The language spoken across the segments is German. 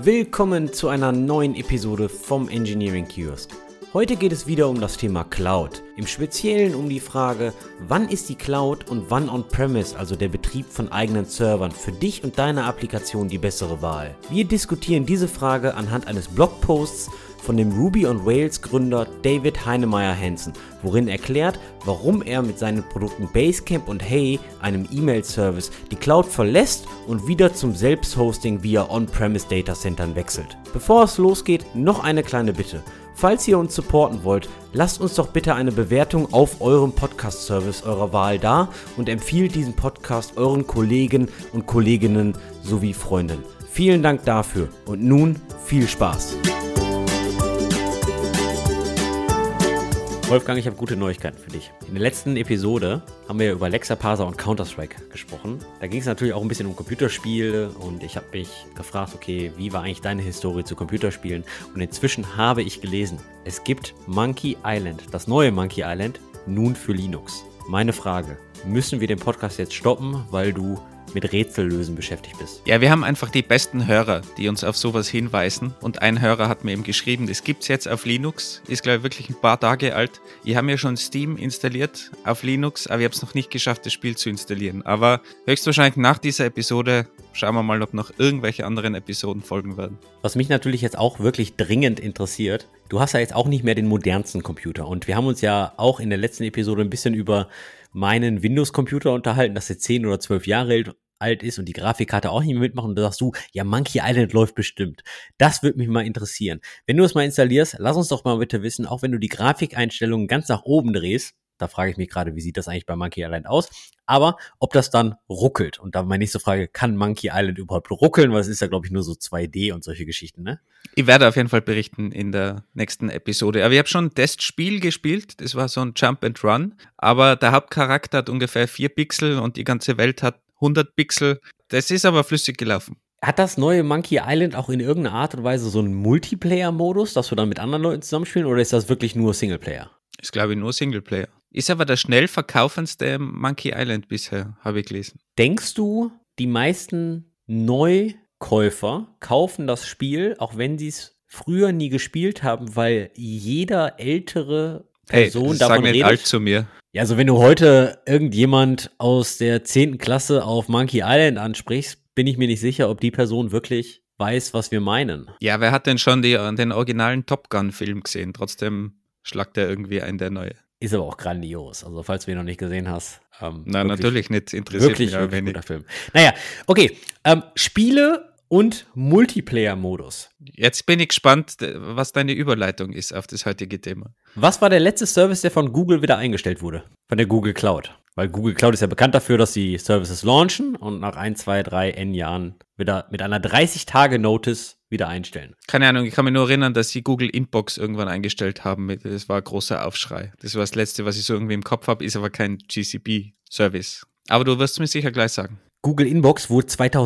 Willkommen zu einer neuen Episode vom Engineering Kiosk. Heute geht es wieder um das Thema Cloud. Im Speziellen um die Frage, wann ist die Cloud und wann On-Premise, also der Betrieb von eigenen Servern, für dich und deine Applikation die bessere Wahl. Wir diskutieren diese Frage anhand eines Blogposts von dem Ruby on Rails Gründer David Heinemeier Hansson, worin erklärt, warum er mit seinen Produkten Basecamp und Hey, einem E-Mail-Service, die Cloud verlässt und wieder zum Selbsthosting via On-Premise Data Centern wechselt. Bevor es losgeht, noch eine kleine Bitte. Falls ihr uns supporten wollt, lasst uns doch bitte eine Bewertung auf eurem Podcast-Service eurer Wahl da und empfiehlt diesen Podcast euren Kollegen und Kolleginnen sowie Freunden. Vielen Dank dafür und nun viel Spaß! Wolfgang, ich habe gute Neuigkeiten für dich. In der letzten Episode haben wir über Lexaparser und Counter-Strike gesprochen. Da ging es natürlich auch ein bisschen um Computerspiele und ich habe mich gefragt, okay, wie war eigentlich deine Historie zu Computerspielen? Und inzwischen habe ich gelesen, es gibt Monkey Island, das neue Monkey Island, nun für Linux. Meine Frage, müssen wir den Podcast jetzt stoppen, weil du mit Rätsellösen beschäftigt bist? Ja, wir haben einfach die besten Hörer, die uns auf sowas hinweisen. Und ein Hörer hat mir eben geschrieben, das gibt's jetzt auf Linux, ist glaube ich wirklich ein paar Tage alt. Ich habe ja schon Steam installiert auf Linux, aber ich habe es noch nicht geschafft, das Spiel zu installieren. Aber höchstwahrscheinlich nach dieser Episode schauen wir mal, ob noch irgendwelche anderen Episoden folgen werden. Was mich natürlich jetzt auch wirklich dringend interessiert, du hast ja jetzt auch nicht mehr den modernsten Computer. Und wir haben uns ja auch in der letzten Episode ein bisschen über meinen Windows-Computer unterhalten, dass er 10 oder 12 Jahre alt ist und die Grafikkarte auch nicht mehr mitmacht und da sagst du, ja, Monkey Island läuft bestimmt. Das würde mich mal interessieren. Wenn du es mal installierst, lass uns doch mal bitte wissen, auch wenn du die Grafikeinstellungen ganz nach oben drehst, da frage ich mich gerade, wie sieht das eigentlich bei Monkey Island aus, aber ob das dann ruckelt. Und da meine nächste Frage, kann Monkey Island überhaupt ruckeln? Weil es ist ja, glaube ich, nur so 2D und solche Geschichten, ne? Ich werde auf jeden Fall berichten in der nächsten Episode. Aber ich habe schon ein Testspiel gespielt, das war so ein Jump and Run, aber der Hauptcharakter hat ungefähr 4 Pixel und die ganze Welt hat 100 Pixel. Das ist aber flüssig gelaufen. Hat das neue Monkey Island auch in irgendeiner Art und Weise so einen Multiplayer-Modus, dass du dann mit anderen Leuten zusammenspielen, oder ist das wirklich nur Singleplayer? Ist, glaube ich, nur Singleplayer. Ist aber der schnell verkaufendste Monkey Island bisher, habe ich gelesen. Denkst du, die meisten Neukäufer kaufen das Spiel, auch wenn sie es früher nie gespielt haben, weil jeder ältere Person davon sag nicht redet? alt zu mir. Ja, also wenn du heute irgendjemand aus der 10. Klasse auf Monkey Island ansprichst, bin ich mir nicht sicher, ob die Person wirklich weiß, was wir meinen. Ja, wer hat denn schon den originalen Top Gun-Film gesehen? Trotzdem schlagt er irgendwie ein, der neue. Ist aber auch grandios. Also falls du ihn noch nicht gesehen hast. Nein, natürlich nicht. Interessiert mich wirklich guter Film. Naja, okay. Spiele und Multiplayer-Modus. Jetzt bin ich gespannt, was deine Überleitung ist auf das heutige Thema. Was war der letzte Service, der von Google wieder eingestellt wurde? Von der Google Cloud. Weil Google Cloud ist ja bekannt dafür, dass sie Services launchen und nach 1, 2, 3, N Jahren wieder mit einer 30-Tage-Notice wieder einstellen. Keine Ahnung, ich kann mich nur erinnern, dass sie Google Inbox irgendwann eingestellt haben. Das war ein großer Aufschrei. Das war das Letzte, was ich so irgendwie im Kopf habe, ist aber kein GCP-Service. Aber du wirst es mir sicher gleich sagen. Google Inbox wurde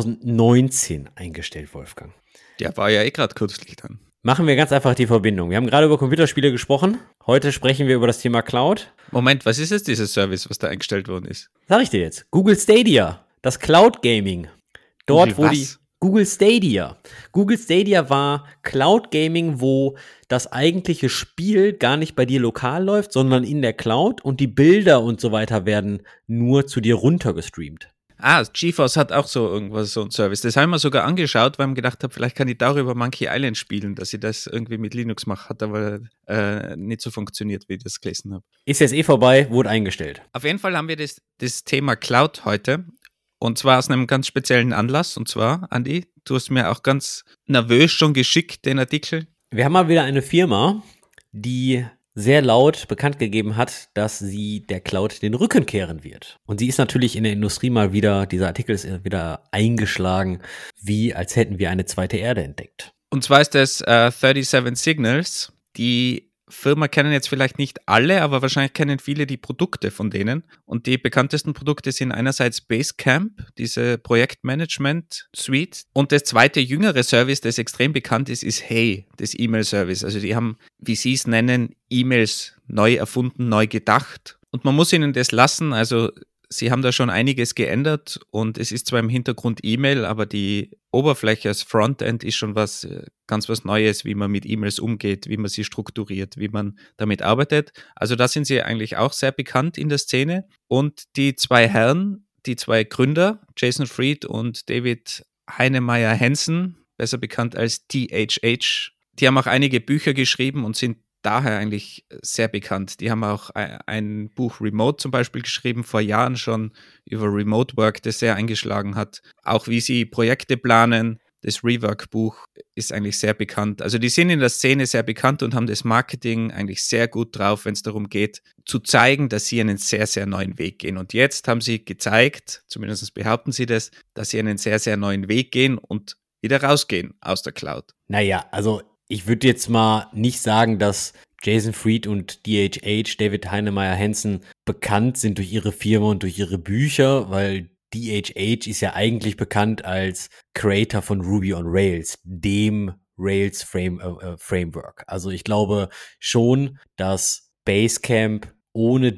2019 eingestellt, Wolfgang. Der war ja eh gerade kürzlich dann. Machen wir ganz einfach die Verbindung. Wir haben gerade über Computerspiele gesprochen. Heute sprechen wir über das Thema Cloud. Moment, was ist jetzt dieses Service, was da eingestellt worden ist? Sag ich dir jetzt. Google Stadia, das Cloud Gaming. Dort, wo die Google Stadia. Google Stadia war Cloud Gaming, wo das eigentliche Spiel gar nicht bei dir lokal läuft, sondern in der Cloud und die Bilder und so weiter werden nur zu dir runtergestreamt. GeForce hat auch so irgendwas, so ein Service. Das haben wir sogar angeschaut, weil ich mir gedacht habe, vielleicht kann ich darüber Monkey Island spielen, dass ich das irgendwie mit Linux mache. Hat aber nicht so funktioniert, wie ich das gelesen habe. Ist jetzt vorbei, wurde eingestellt. Auf jeden Fall haben wir das Thema Cloud heute. Und zwar aus einem ganz speziellen Anlass. Und zwar, Andi, du hast mir auch ganz nervös schon geschickt, den Artikel. Wir haben mal wieder eine Firma, die sehr laut bekannt gegeben hat, dass sie der Cloud den Rücken kehren wird. Und sie ist natürlich in der Industrie mal wieder, dieser Artikel ist wieder eingeschlagen, wie als hätten wir eine zweite Erde entdeckt. Und zwar ist das 37 Signals. Die Firma kennen jetzt vielleicht nicht alle, aber wahrscheinlich kennen viele die Produkte von denen. Und die bekanntesten Produkte sind einerseits Basecamp, diese Projektmanagement-Suite. Und das zweite jüngere Service, das extrem bekannt ist, ist Hey, das E-Mail-Service. Also die haben, wie sie es nennen, E-Mails neu erfunden, neu gedacht. Und man muss ihnen das lassen. Also sie haben da schon einiges geändert und es ist zwar im Hintergrund E-Mail, aber die Oberfläche als Frontend ist schon ganz was Neues, wie man mit E-Mails umgeht, wie man sie strukturiert, wie man damit arbeitet. Also da sind sie eigentlich auch sehr bekannt in der Szene. Und die zwei Herren, die zwei Gründer, Jason Fried und David Heinemeier Hansson, besser bekannt als DHH, die haben auch einige Bücher geschrieben und sind daher eigentlich sehr bekannt. Die haben auch ein Buch Remote zum Beispiel geschrieben, vor Jahren schon über Remote Work, das sehr eingeschlagen hat. Auch wie sie Projekte planen. Das Rework-Buch ist eigentlich sehr bekannt. Also die sind in der Szene sehr bekannt und haben das Marketing eigentlich sehr gut drauf, wenn es darum geht, zu zeigen, dass sie einen sehr, sehr neuen Weg gehen. Und jetzt haben sie gezeigt, zumindest behaupten sie das, dass sie einen sehr, sehr neuen Weg gehen und wieder rausgehen aus der Cloud. Naja, also ich würde jetzt mal nicht sagen, dass Jason Fried und DHH, David Heinemeier Hansson, bekannt sind durch ihre Firma und durch ihre Bücher, weil DHH ist ja eigentlich bekannt als Creator von Ruby on Rails, dem Rails Framework. Also ich glaube schon, dass Basecamp ohne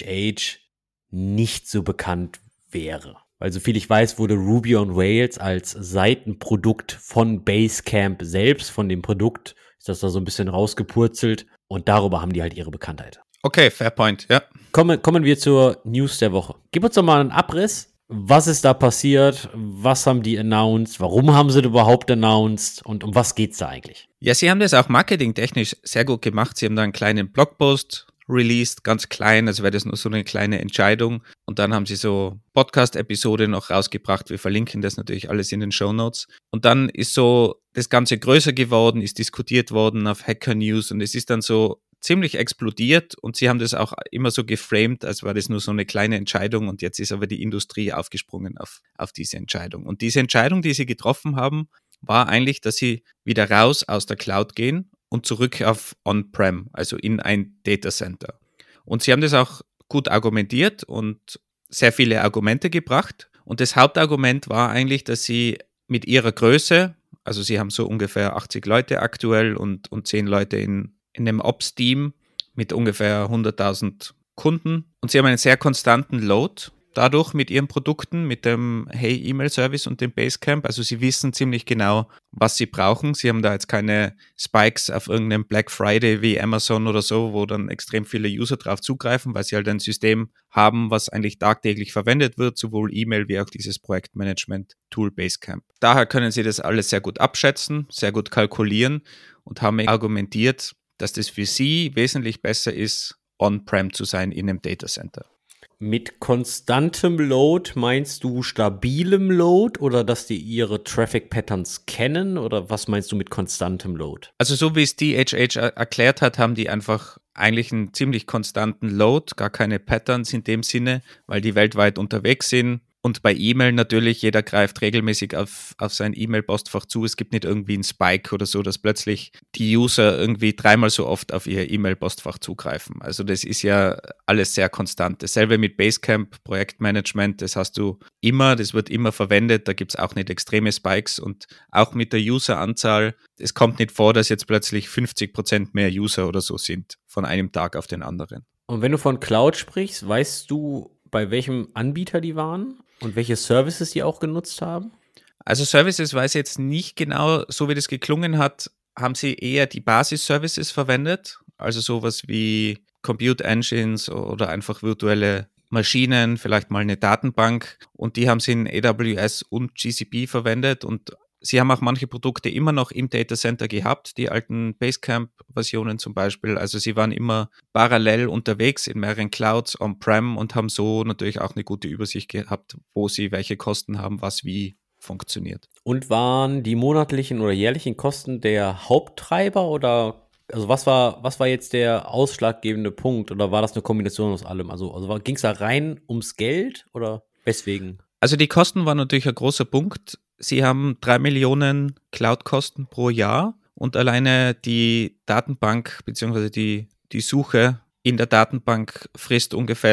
DHH nicht so bekannt wäre. Weil soviel ich weiß, wurde Ruby on Rails als Seitenprodukt von Basecamp selbst, von dem Produkt, ist das da so ein bisschen rausgepurzelt und darüber haben die halt ihre Bekanntheit. Okay, fair point, ja. Kommen wir zur News der Woche. Gib uns doch mal einen Abriss. Was ist da passiert? Was haben die announced? Warum haben sie das überhaupt announced? Und um was geht's da eigentlich? Ja, sie haben das auch marketingtechnisch sehr gut gemacht. Sie haben da einen kleinen Blogpost released, ganz klein, also wäre das nur so eine kleine Entscheidung. Und dann haben sie so Podcast-Episode noch rausgebracht. Wir verlinken das natürlich alles in den Shownotes. Und dann ist so das Ganze größer geworden, ist diskutiert worden auf Hacker News und es ist dann so ziemlich explodiert und sie haben das auch immer so geframed, als war das nur so eine kleine Entscheidung und jetzt ist aber die Industrie aufgesprungen auf diese Entscheidung. Und diese Entscheidung, die sie getroffen haben, war eigentlich, dass sie wieder raus aus der Cloud gehen und zurück auf On-Prem, also in ein Datacenter. Und sie haben das auch gut argumentiert und sehr viele Argumente gebracht. Und das Hauptargument war eigentlich, dass sie mit ihrer Größe, also sie haben so ungefähr 80 Leute aktuell und 10 Leute in einem Ops-Team mit ungefähr 100.000 Kunden. Und sie haben einen sehr konstanten Load dadurch mit ihren Produkten, mit dem Hey-E-Mail-Service und dem Basecamp. Also sie wissen ziemlich genau, was sie brauchen. Sie haben da jetzt keine Spikes auf irgendeinem Black Friday wie Amazon oder so, wo dann extrem viele User drauf zugreifen, weil sie halt ein System haben, was eigentlich tagtäglich verwendet wird, sowohl E-Mail wie auch dieses Projektmanagement-Tool Basecamp. Daher können sie das alles sehr gut abschätzen, sehr gut kalkulieren und haben argumentiert, dass das für sie wesentlich besser ist, on-prem zu sein in einem Datacenter. Mit konstantem Load meinst du stabilem Load oder dass die ihre Traffic Patterns kennen oder was meinst du mit konstantem Load? Also so wie es DHH erklärt hat, haben die einfach eigentlich einen ziemlich konstanten Load, gar keine Patterns in dem Sinne, weil die weltweit unterwegs sind. Und bei E-Mail natürlich, jeder greift regelmäßig auf sein E-Mail-Postfach zu. Es gibt nicht irgendwie einen Spike oder so, dass plötzlich die User irgendwie 3-mal so oft auf ihr E-Mail-Postfach zugreifen. Also das ist ja alles sehr konstant. Dasselbe mit Basecamp, Projektmanagement, das hast du immer, das wird immer verwendet. Da gibt es auch nicht extreme Spikes und auch mit der User-Anzahl. Es kommt nicht vor, dass jetzt plötzlich 50% mehr User oder so sind von einem Tag auf den anderen. Und wenn du von Cloud sprichst, weißt du, bei welchem Anbieter die waren? Und welche Services die auch genutzt haben? Also Services weiß ich jetzt nicht genau, so wie das geklungen hat, haben sie eher die Basis-Services verwendet, also sowas wie Compute Engines oder einfach virtuelle Maschinen, vielleicht mal eine Datenbank und die haben sie in AWS und GCP verwendet und sie haben auch manche Produkte immer noch im Datacenter gehabt, die alten Basecamp-Versionen zum Beispiel. Also sie waren immer parallel unterwegs in mehreren Clouds on-prem und haben so natürlich auch eine gute Übersicht gehabt, wo sie welche Kosten haben, was wie funktioniert. Und waren die monatlichen oder jährlichen Kosten der Haupttreiber oder also was war jetzt der ausschlaggebende Punkt oder war das eine Kombination aus allem? Also ging es da rein ums Geld oder weswegen? Also die Kosten waren natürlich ein großer Punkt. Sie haben 3 Millionen Cloud-Kosten pro Jahr und alleine die Datenbank bzw. die Suche in der Datenbank frisst ungefähr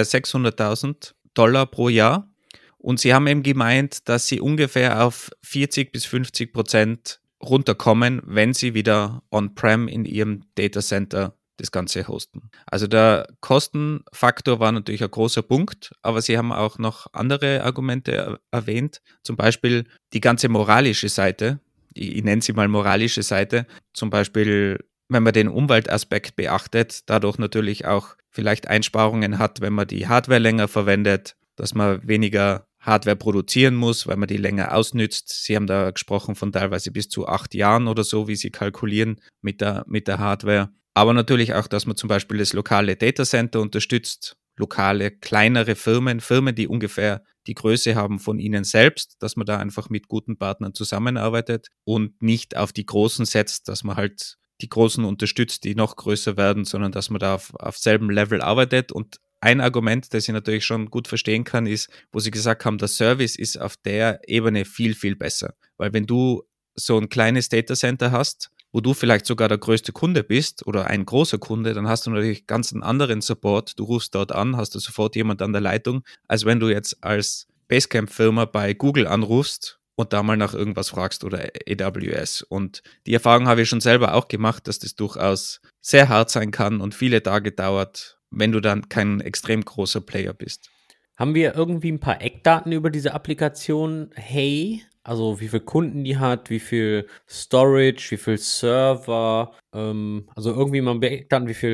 $600.000 pro Jahr. Und sie haben eben gemeint, dass sie ungefähr auf 40-50% runterkommen, wenn sie wieder on-prem in ihrem Datacenter das Ganze hosten. Also der Kostenfaktor war natürlich ein großer Punkt, aber sie haben auch noch andere Argumente erwähnt, zum Beispiel die ganze moralische Seite, ich nenne sie mal moralische Seite, zum Beispiel wenn man den Umweltaspekt beachtet, dadurch natürlich auch vielleicht Einsparungen hat, wenn man die Hardware länger verwendet, dass man weniger Hardware produzieren muss, weil man die länger ausnützt. Sie haben da gesprochen von teilweise bis zu 8 Jahren oder so, wie sie kalkulieren mit der Hardware. Aber natürlich auch, dass man zum Beispiel das lokale Datacenter unterstützt, lokale, kleinere Firmen, die ungefähr die Größe haben von ihnen selbst, dass man da einfach mit guten Partnern zusammenarbeitet und nicht auf die Großen setzt, dass man halt die Großen unterstützt, die noch größer werden, sondern dass man da auf selben Level arbeitet. Und ein Argument, das ich natürlich schon gut verstehen kann, ist, wo sie gesagt haben, der Service ist auf der Ebene viel, viel besser. Weil wenn du so ein kleines Datacenter hast, wo du vielleicht sogar der größte Kunde bist oder ein großer Kunde, dann hast du natürlich ganz einen anderen Support. Du rufst dort an, hast du sofort jemand an der Leitung, als wenn du jetzt als Basecamp-Firma bei Google anrufst und da mal nach irgendwas fragst oder AWS. Und die Erfahrung habe ich schon selber auch gemacht, dass das durchaus sehr hart sein kann und viele Tage dauert, wenn du dann kein extrem großer Player bist. Haben wir irgendwie ein paar Eckdaten über diese Applikation Hey? Also wie viele Kunden die hat, wie viel Storage, wie viel Server, also irgendwie mal Eckdaten, wie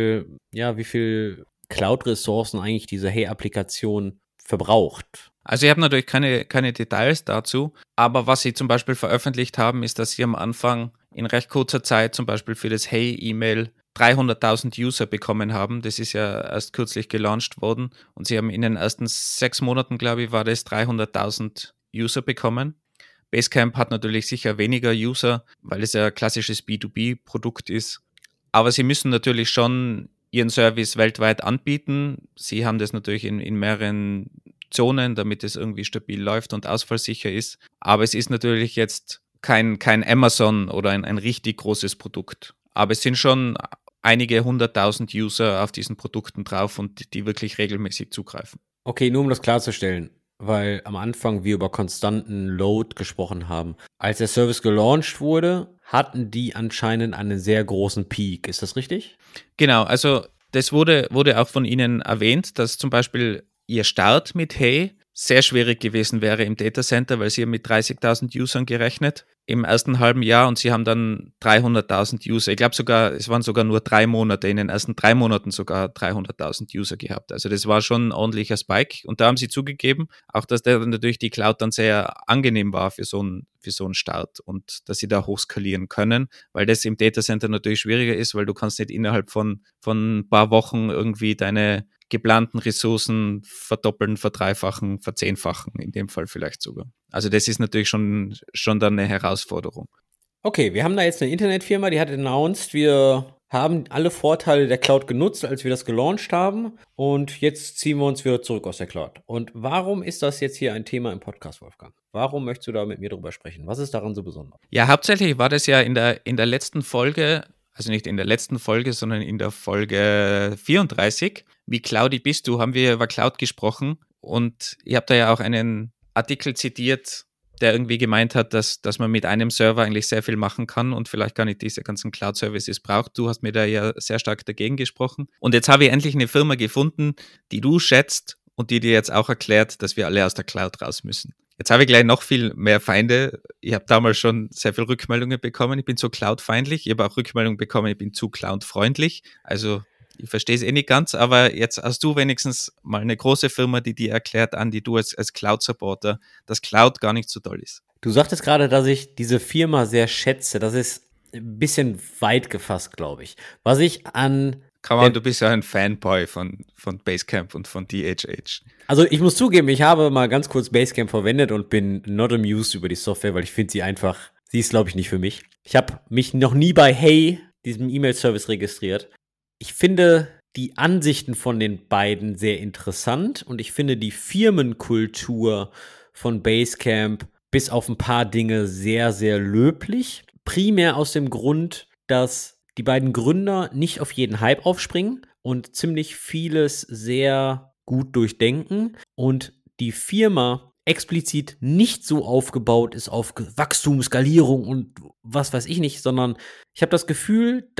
viel Cloud-Ressourcen eigentlich diese Hey-Applikation verbraucht. Also ich habe natürlich keine Details dazu, aber was sie zum Beispiel veröffentlicht haben, ist, dass sie am Anfang in recht kurzer Zeit zum Beispiel für das Hey-E-Mail 300.000 User bekommen haben. Das ist ja erst kürzlich gelauncht worden und sie haben in den ersten 6 Monaten, glaube ich, war das 300.000 User bekommen. Basecamp hat natürlich sicher weniger User, weil es ja ein klassisches B2B-Produkt ist. Aber sie müssen natürlich schon ihren Service weltweit anbieten. Sie haben das natürlich in mehreren Zonen, damit es irgendwie stabil läuft und ausfallsicher ist. Aber es ist natürlich jetzt kein Amazon oder ein richtig großes Produkt. Aber es sind schon einige 100.000 User auf diesen Produkten drauf und die wirklich regelmäßig zugreifen. Okay, nur um das klarzustellen, weil am Anfang wir über konstanten Load gesprochen haben. Als der Service gelauncht wurde, hatten die anscheinend einen sehr großen Peak. Ist das richtig? Genau, also das wurde auch von Ihnen erwähnt, dass zum Beispiel Ihr Start mit Hey sehr schwierig gewesen wäre im Datacenter, weil Sie haben mit 30.000 Usern gerechnet im ersten halben Jahr und Sie haben dann 300.000 User. Ich glaube sogar, es waren sogar nur 3 Monate, in den ersten 3 Monaten sogar 300.000 User gehabt. Also das war schon ein ordentlicher Spike und da haben Sie zugegeben, auch dass der natürlich die Cloud dann sehr angenehm war für so einen Start und dass Sie da hochskalieren können, weil das im Datacenter natürlich schwieriger ist, weil du kannst nicht innerhalb von ein paar Wochen irgendwie deine geplanten Ressourcen verdoppeln, verdreifachen, verzehnfachen, in dem Fall vielleicht sogar. Also das ist natürlich schon dann eine Herausforderung. Okay, wir haben da jetzt eine Internetfirma, die hat announced, wir haben alle Vorteile der Cloud genutzt, als wir das gelauncht haben und jetzt ziehen wir uns wieder zurück aus der Cloud. Und warum ist das jetzt hier ein Thema im Podcast, Wolfgang? Warum möchtest du da mit mir drüber sprechen? Was ist daran so besonders? Ja, hauptsächlich war das ja in der letzten Folge, also nicht in der letzten Folge, sondern in der Folge 34, wie cloudy bist du, haben wir über Cloud gesprochen und ich habe da ja auch einen Artikel zitiert, der irgendwie gemeint hat, dass man mit einem Server eigentlich sehr viel machen kann und vielleicht gar nicht diese ganzen Cloud-Services braucht. Du hast mir da ja sehr stark dagegen gesprochen. Und jetzt habe ich endlich eine Firma gefunden, die du schätzt und die dir jetzt auch erklärt, dass wir alle aus der Cloud raus müssen. Jetzt habe ich gleich noch viel mehr Feinde. Ich habe damals schon sehr viele Rückmeldungen bekommen. Ich bin so Cloud-feindlich. Ich habe auch Rückmeldungen bekommen, ich bin zu Cloud-freundlich. Also ich verstehe es eh nicht ganz, aber jetzt hast du wenigstens mal eine große Firma, die dir erklärt, Andi, du als Cloud-Supporter, dass Cloud gar nicht so toll ist. Du sagtest gerade, dass ich diese Firma sehr schätze. Das ist ein bisschen weit gefasst, glaube ich. Was ich an Come on, du bist ja ein Fanboy von Basecamp und von DHH. Also ich muss zugeben, ich habe mal ganz kurz Basecamp verwendet und bin not amused über die Software, weil ich finde sie ist, glaube ich, nicht für mich. Ich habe mich noch nie bei Hey, diesem E-Mail-Service, registriert. Ich finde die Ansichten von den beiden sehr interessant und ich finde die Firmenkultur von Basecamp bis auf ein paar Dinge sehr, sehr löblich. Primär aus dem Grund, dass die beiden Gründer nicht auf jeden Hype aufspringen und ziemlich vieles sehr gut durchdenken und die Firma explizit nicht so aufgebaut ist auf Wachstum, Skalierung und was weiß ich nicht, sondern ich habe das Gefühl, dass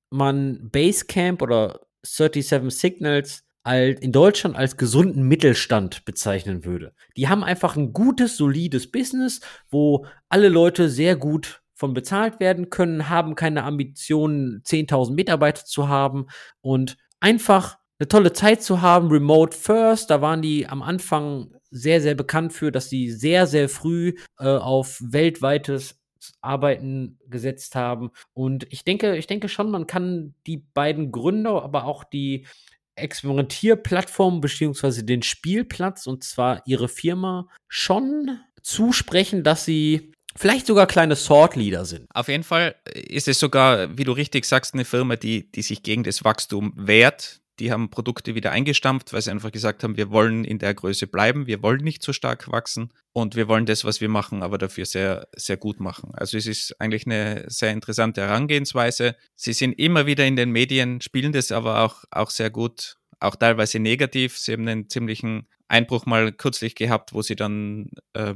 man Basecamp oder 37 Signals in Deutschland als gesunden Mittelstand bezeichnen würde. Die haben einfach ein gutes, solides Business, wo alle Leute sehr gut von bezahlt werden können, haben keine Ambitionen, 10.000 Mitarbeiter zu haben und einfach eine tolle Zeit zu haben, Remote First. Da waren die am Anfang sehr, sehr bekannt für, dass sie sehr, sehr früh auf weltweites Arbeiten gesetzt haben. Und ich denke schon, man kann die beiden Gründer, aber auch die Experimentierplattform beziehungsweise den Spielplatz, und zwar ihre Firma, schon zusprechen, dass sie vielleicht sogar kleine Thought-Leader sind. Auf jeden Fall ist es sogar, wie du richtig sagst, eine Firma, die sich gegen das Wachstum wehrt. Die haben Produkte wieder eingestampft, weil sie einfach gesagt haben, wir wollen in der Größe bleiben, wir wollen nicht so stark wachsen und wir wollen das, was wir machen, aber dafür sehr, sehr gut machen. Also es ist eigentlich eine sehr interessante Herangehensweise. Sie sind immer wieder in den Medien, spielen das aber auch sehr gut, auch teilweise negativ. Sie haben einen ziemlichen Einbruch mal kürzlich gehabt, wo sie dann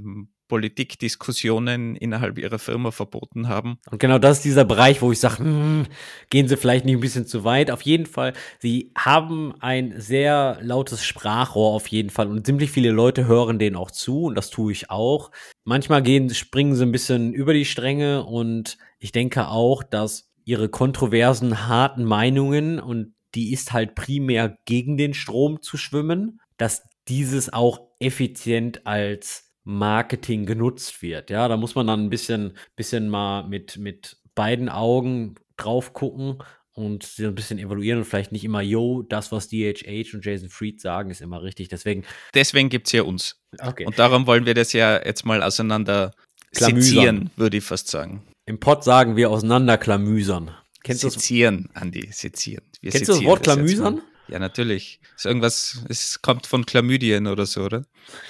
Politikdiskussionen innerhalb ihrer Firma verboten haben. Und genau das ist dieser Bereich, wo ich sage, gehen Sie vielleicht nicht ein bisschen zu weit. Auf jeden Fall, Sie haben ein sehr lautes Sprachrohr auf jeden Fall und ziemlich viele Leute hören denen auch zu und das tue ich auch. Manchmal springen sie ein bisschen über die Stränge und ich denke auch, dass ihre kontroversen, harten Meinungen, und die ist halt primär gegen den Strom zu schwimmen, dass dieses auch effizient als Marketing genutzt wird. Ja, da muss man dann ein bisschen mal mit beiden Augen drauf gucken und so ein bisschen evaluieren und vielleicht nicht immer, das, was DHH und Jason Fried sagen, ist immer richtig. Deswegen gibt es ja uns. Okay. Und darum wollen wir das ja jetzt mal auseinander sezieren, würde ich fast sagen. Im Pod sagen wir auseinanderklamüsern. Kennst du sezieren, Andi, sezieren. Kennst du das Wort Klamüsern? Ja, natürlich. Ist irgendwas, es kommt von Chlamydien oder so, oder?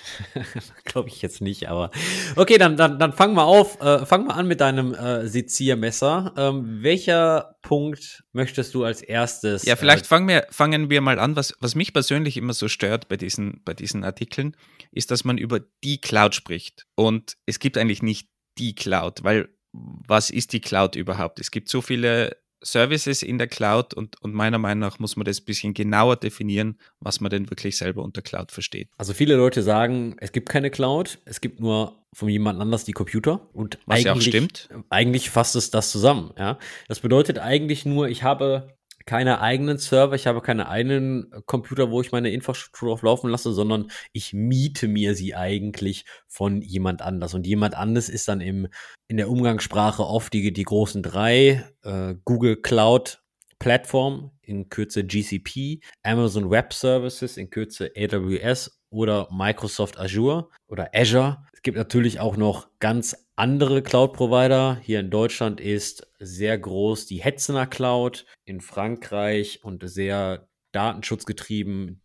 Glaube ich jetzt nicht, aber okay, dann fang mal an mit deinem Seziermesser. Welcher Punkt möchtest du als erstes? Ja, vielleicht fangen wir mal an. Was mich persönlich immer so stört bei diesen Artikeln, ist, dass man über die Cloud spricht. Und es gibt eigentlich nicht die Cloud, weil was ist die Cloud überhaupt? Es gibt so viele Services in der Cloud und meiner Meinung nach muss man das ein bisschen genauer definieren, was man denn wirklich selber unter Cloud versteht. Also viele Leute sagen, es gibt keine Cloud, es gibt nur von jemand anders die Computer. Und was ja auch stimmt. Eigentlich fasst es das zusammen. Ja? Das bedeutet eigentlich nur, ich habe keine eigenen Server, ich habe keine eigenen Computer, wo ich meine Infrastruktur drauf laufen lasse, sondern ich miete mir sie eigentlich von jemand anders. Und jemand anders ist dann in der Umgangssprache oft die großen drei, Google Cloud Plattform, in Kürze GCP, Amazon Web Services, in Kürze AWS oder Microsoft Azure oder Azure. Es gibt natürlich auch noch ganz andere Cloud-Provider. Hier in Deutschland ist sehr groß die Hetzner Cloud, in Frankreich und sehr datenschutzgetrieben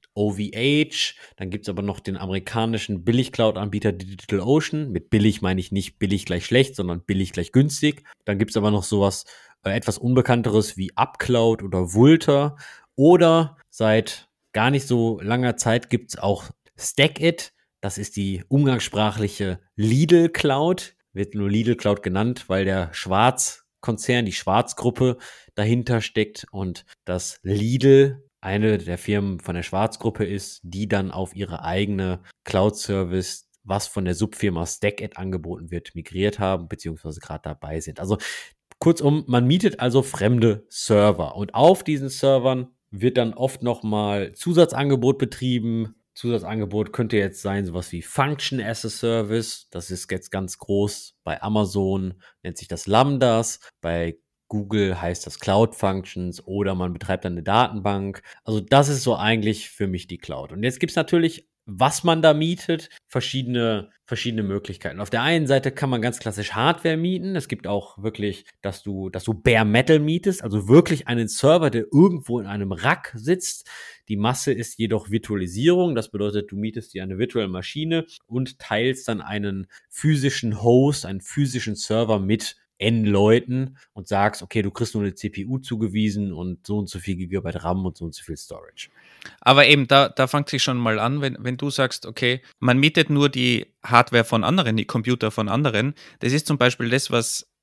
OVH. Dann gibt es aber noch den amerikanischen Billig-Cloud-Anbieter DigitalOcean. Mit billig meine ich nicht billig gleich schlecht, sondern billig gleich günstig. Dann gibt es aber noch sowas etwas Unbekannteres wie UpCloud oder Vultr. Oder seit gar nicht so langer Zeit gibt es auch StackIt. Das ist die umgangssprachliche Lidl Cloud. Wird nur Lidl Cloud genannt, weil der Schwarz-Konzern, die Schwarz-Gruppe dahinter steckt und das Lidl eine der Firmen von der Schwarz-Gruppe ist, die dann auf ihre eigene Cloud-Service, was von der Subfirma StackIt angeboten wird, migriert haben, beziehungsweise gerade dabei sind. Also kurzum, man mietet also fremde Server und auf diesen Servern wird dann oft nochmal Zusatzangebot betrieben. Zusatzangebot könnte jetzt sein, sowas wie Function as a Service. Das ist jetzt ganz groß. Bei Amazon nennt sich das Lambdas. Bei Google heißt das Cloud Functions oder man betreibt dann eine Datenbank. Also das ist so eigentlich für mich die Cloud. Und jetzt gibt es natürlich, was man da mietet, verschiedene Möglichkeiten. Auf der einen Seite kann man ganz klassisch Hardware mieten. Es gibt auch wirklich, dass du Bare Metal mietest, also wirklich einen Server, der irgendwo in einem Rack sitzt. Die Masse ist jedoch Virtualisierung. Das bedeutet, du mietest dir eine virtuelle Maschine und teilst dann einen physischen Host, einen physischen Server mit N Leuten und sagst, okay, du kriegst nur eine CPU zugewiesen und so viel Gigabyte RAM und so viel Storage. Aber eben, da fängt sich schon mal an, wenn du sagst, okay, man mietet nur die Hardware von anderen, die Computer von anderen. Das ist zum Beispiel das, was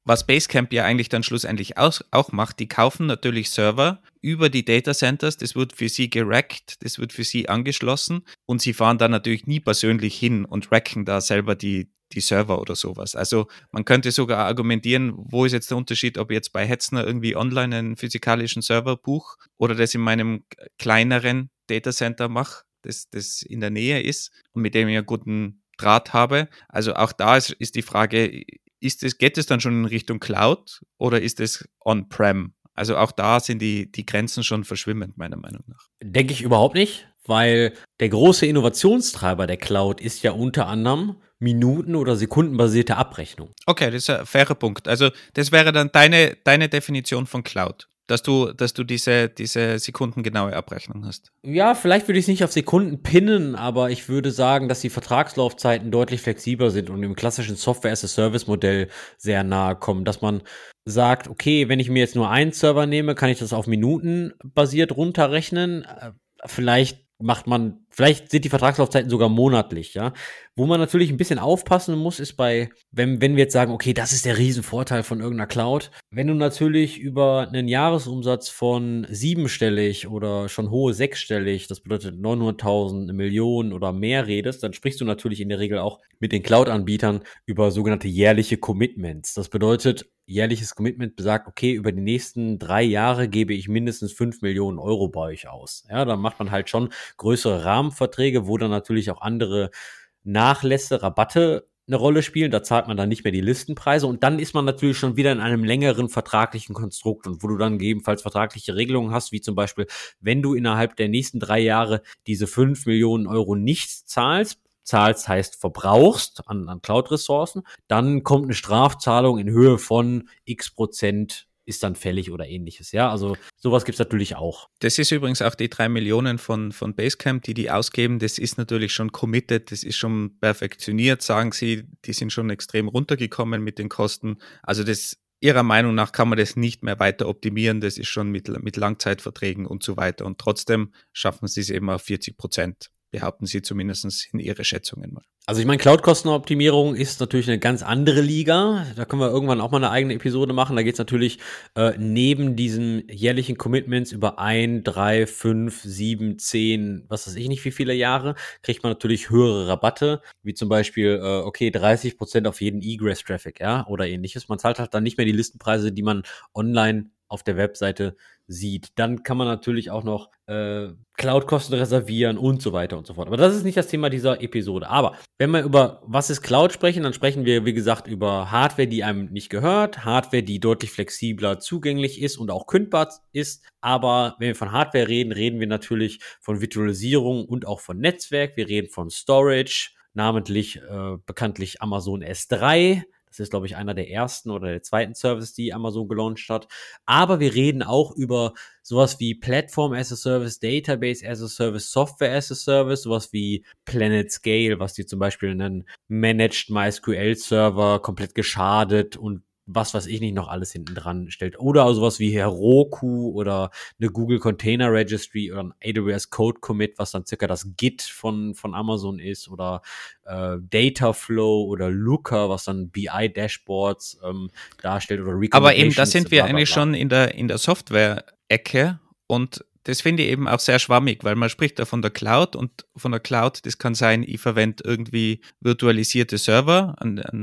was Basecamp ja eigentlich dann schlussendlich auch macht, die kaufen natürlich Server über die Data Centers, das wird für sie gerackt, das wird für sie angeschlossen und sie fahren da natürlich nie persönlich hin und racken da selber die Server oder sowas. Also man könnte sogar argumentieren, wo ist jetzt der Unterschied, ob ich jetzt bei Hetzner irgendwie online einen physikalischen Server buche oder das in meinem kleineren Datacenter mache, das in der Nähe ist und mit dem ich einen guten Draht habe. Also auch da ist die Frage, geht es dann schon in Richtung Cloud oder ist es On-Prem? Also auch da sind die Grenzen schon verschwimmend, meiner Meinung nach. Denke ich überhaupt nicht, weil der große Innovationstreiber der Cloud ist ja unter anderem minuten- oder sekundenbasierte Abrechnung. Okay, das ist ein fairer Punkt. Also das wäre dann deine Definition von Cloud, dass du diese sekundengenaue Abrechnung hast. Ja, vielleicht würde ich es nicht auf Sekunden pinnen, aber ich würde sagen, dass die Vertragslaufzeiten deutlich flexibler sind und im klassischen Software-as-a-Service-Modell sehr nahe kommen, dass man sagt, okay, wenn ich mir jetzt nur einen Server nehme, kann ich das auf Minuten basiert runterrechnen. Vielleicht sind die Vertragslaufzeiten sogar monatlich, ja. Wo man natürlich ein bisschen aufpassen muss, ist wenn wir jetzt sagen, okay, das ist der Riesenvorteil von irgendeiner Cloud. Wenn du natürlich über einen Jahresumsatz von siebenstellig oder schon hohe sechsstellig, das bedeutet 900.000, 1 Million oder mehr redest, dann sprichst du natürlich in der Regel auch mit den Cloud-Anbietern über sogenannte jährliche Commitments. Das bedeutet, jährliches Commitment besagt, okay, über die nächsten 3 Jahre gebe ich mindestens 5 Millionen Euro bei euch aus. Ja, dann macht man halt schon größere Rahmenverträge, wo dann natürlich auch andere Nachlässe, Rabatte eine Rolle spielen. Da zahlt man dann nicht mehr die Listenpreise und dann ist man natürlich schon wieder in einem längeren vertraglichen Konstrukt und wo du dann gegebenenfalls vertragliche Regelungen hast, wie zum Beispiel, wenn du innerhalb der nächsten 3 Jahre diese 5 Millionen Euro nicht zahlst heißt verbrauchst an Cloud-Ressourcen, dann kommt eine Strafzahlung in Höhe von x% ist dann fällig oder ähnliches. Ja, also sowas gibt's natürlich auch. Das ist übrigens auch die 3 Millionen von Basecamp, die ausgeben. Das ist natürlich schon committed, das ist schon perfektioniert, sagen sie. Die sind schon extrem runtergekommen mit den Kosten. Also ihrer Meinung nach kann man das nicht mehr weiter optimieren. Das ist schon mit Langzeitverträgen und so weiter. Und trotzdem schaffen sie es eben auf 40%. Behaupten sie zumindest in ihre Schätzungen mal. Also ich meine, Cloud-Kostenoptimierung ist natürlich eine ganz andere Liga. Da können wir irgendwann auch mal eine eigene Episode machen. Da geht es natürlich neben diesen jährlichen Commitments über 1, 3, 5, 7, 10, was weiß ich nicht wie viele Jahre, kriegt man natürlich höhere Rabatte, wie zum Beispiel, 30% auf jeden Egress-Traffic, ja, oder ähnliches. Man zahlt halt dann nicht mehr die Listenpreise, die man online auf der Webseite sieht. Dann kann man natürlich auch noch Cloud-Kosten reservieren und so weiter und so fort. Aber das ist nicht das Thema dieser Episode. Aber wenn wir über was ist Cloud sprechen, dann sprechen wir, wie gesagt, über Hardware, die einem nicht gehört, Hardware, die deutlich flexibler zugänglich ist und auch kündbar ist. Aber wenn wir von Hardware reden, reden wir natürlich von Virtualisierung und auch von Netzwerk. Wir reden von Storage, namentlich bekanntlich Amazon S3. Das ist, glaube ich, einer der ersten oder der zweiten Services, die Amazon gelauncht hat. Aber wir reden auch über sowas wie Platform as a Service, Database as a Service, Software as a Service, sowas wie PlanetScale, was dir zum Beispiel einen Managed MySQL-Server komplett geschadet und was weiß ich nicht noch alles hinten dran stellt. Oder sowas wie Heroku oder eine Google Container Registry oder ein AWS Code Commit, was dann circa das Git von Amazon ist oder Dataflow oder Looker, was dann BI-Dashboards darstellt oder Recommendations. Aber eben, da sind wir eigentlich schon in der Software-Ecke und das finde ich eben auch sehr schwammig, weil man spricht da von der Cloud und von der Cloud, das kann sein, ich verwende irgendwie virtualisierte Server,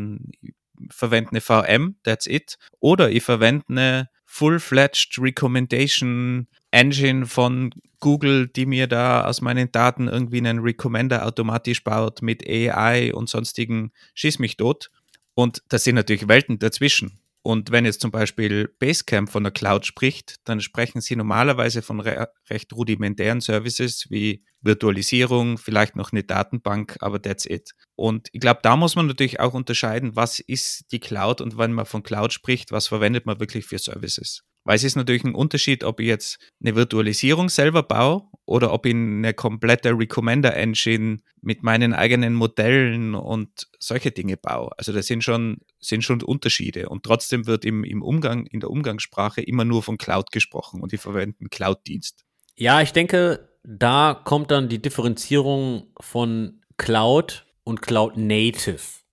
verwende eine VM, that's it, oder ich verwende eine full-fledged Recommendation Engine von Google, die mir da aus meinen Daten irgendwie einen Recommender automatisch baut mit AI und sonstigen Schieß mich tot. Und das sind natürlich Welten dazwischen. Und wenn jetzt zum Beispiel Basecamp von der Cloud spricht, dann sprechen sie normalerweise von recht rudimentären Services wie Virtualisierung, vielleicht noch eine Datenbank, aber that's it. Und ich glaube, da muss man natürlich auch unterscheiden, was ist die Cloud und wenn man von Cloud spricht, was verwendet man wirklich für Services. Weil es ist natürlich ein Unterschied, ob ich jetzt eine Virtualisierung selber baue oder ob ich eine komplette Recommender-Engine mit meinen eigenen Modellen und solche Dinge baue. Also das sind schon Unterschiede. Und trotzdem wird in der Umgangssprache immer nur von Cloud gesprochen und die verwenden Cloud-Dienst. Ja, ich denke, da kommt dann die Differenzierung von Cloud und Cloud Native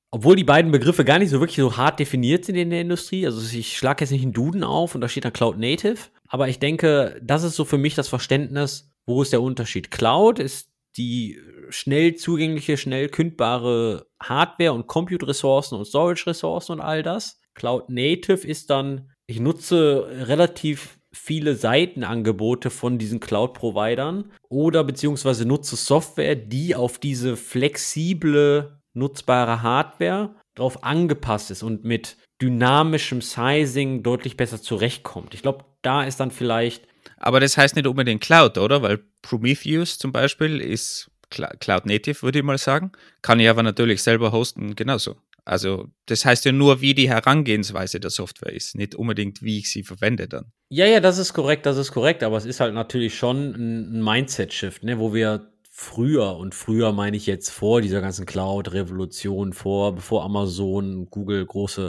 Obwohl die beiden Begriffe gar nicht so wirklich so hart definiert sind in der Industrie. Also ich schlage jetzt nicht einen Duden auf und da steht dann Cloud Native. Aber ich denke, das ist so für mich das Verständnis, wo ist der Unterschied. Cloud ist die schnell zugängliche, schnell kündbare Hardware und Compute-Ressourcen und Storage-Ressourcen und all das. Cloud Native ist dann, ich nutze relativ viele Seitenangebote von diesen Cloud-Providern oder beziehungsweise nutze Software, die auf diese flexible, nutzbare Hardware drauf angepasst ist und mit dynamischem Sizing deutlich besser zurechtkommt. Ich glaube, da ist dann vielleicht. Aber das heißt nicht unbedingt Cloud, oder? Weil Prometheus zum Beispiel ist Cloud Native, würde ich mal sagen. Kann ich aber natürlich selber hosten, genauso. Also das heißt ja nur, wie die Herangehensweise der Software ist, nicht unbedingt, wie ich sie verwende dann. Ja, das ist korrekt, aber es ist halt natürlich schon ein Mindset-Shift, ne, wo wir früher meine ich jetzt vor dieser ganzen Cloud-Revolution, bevor Amazon, Google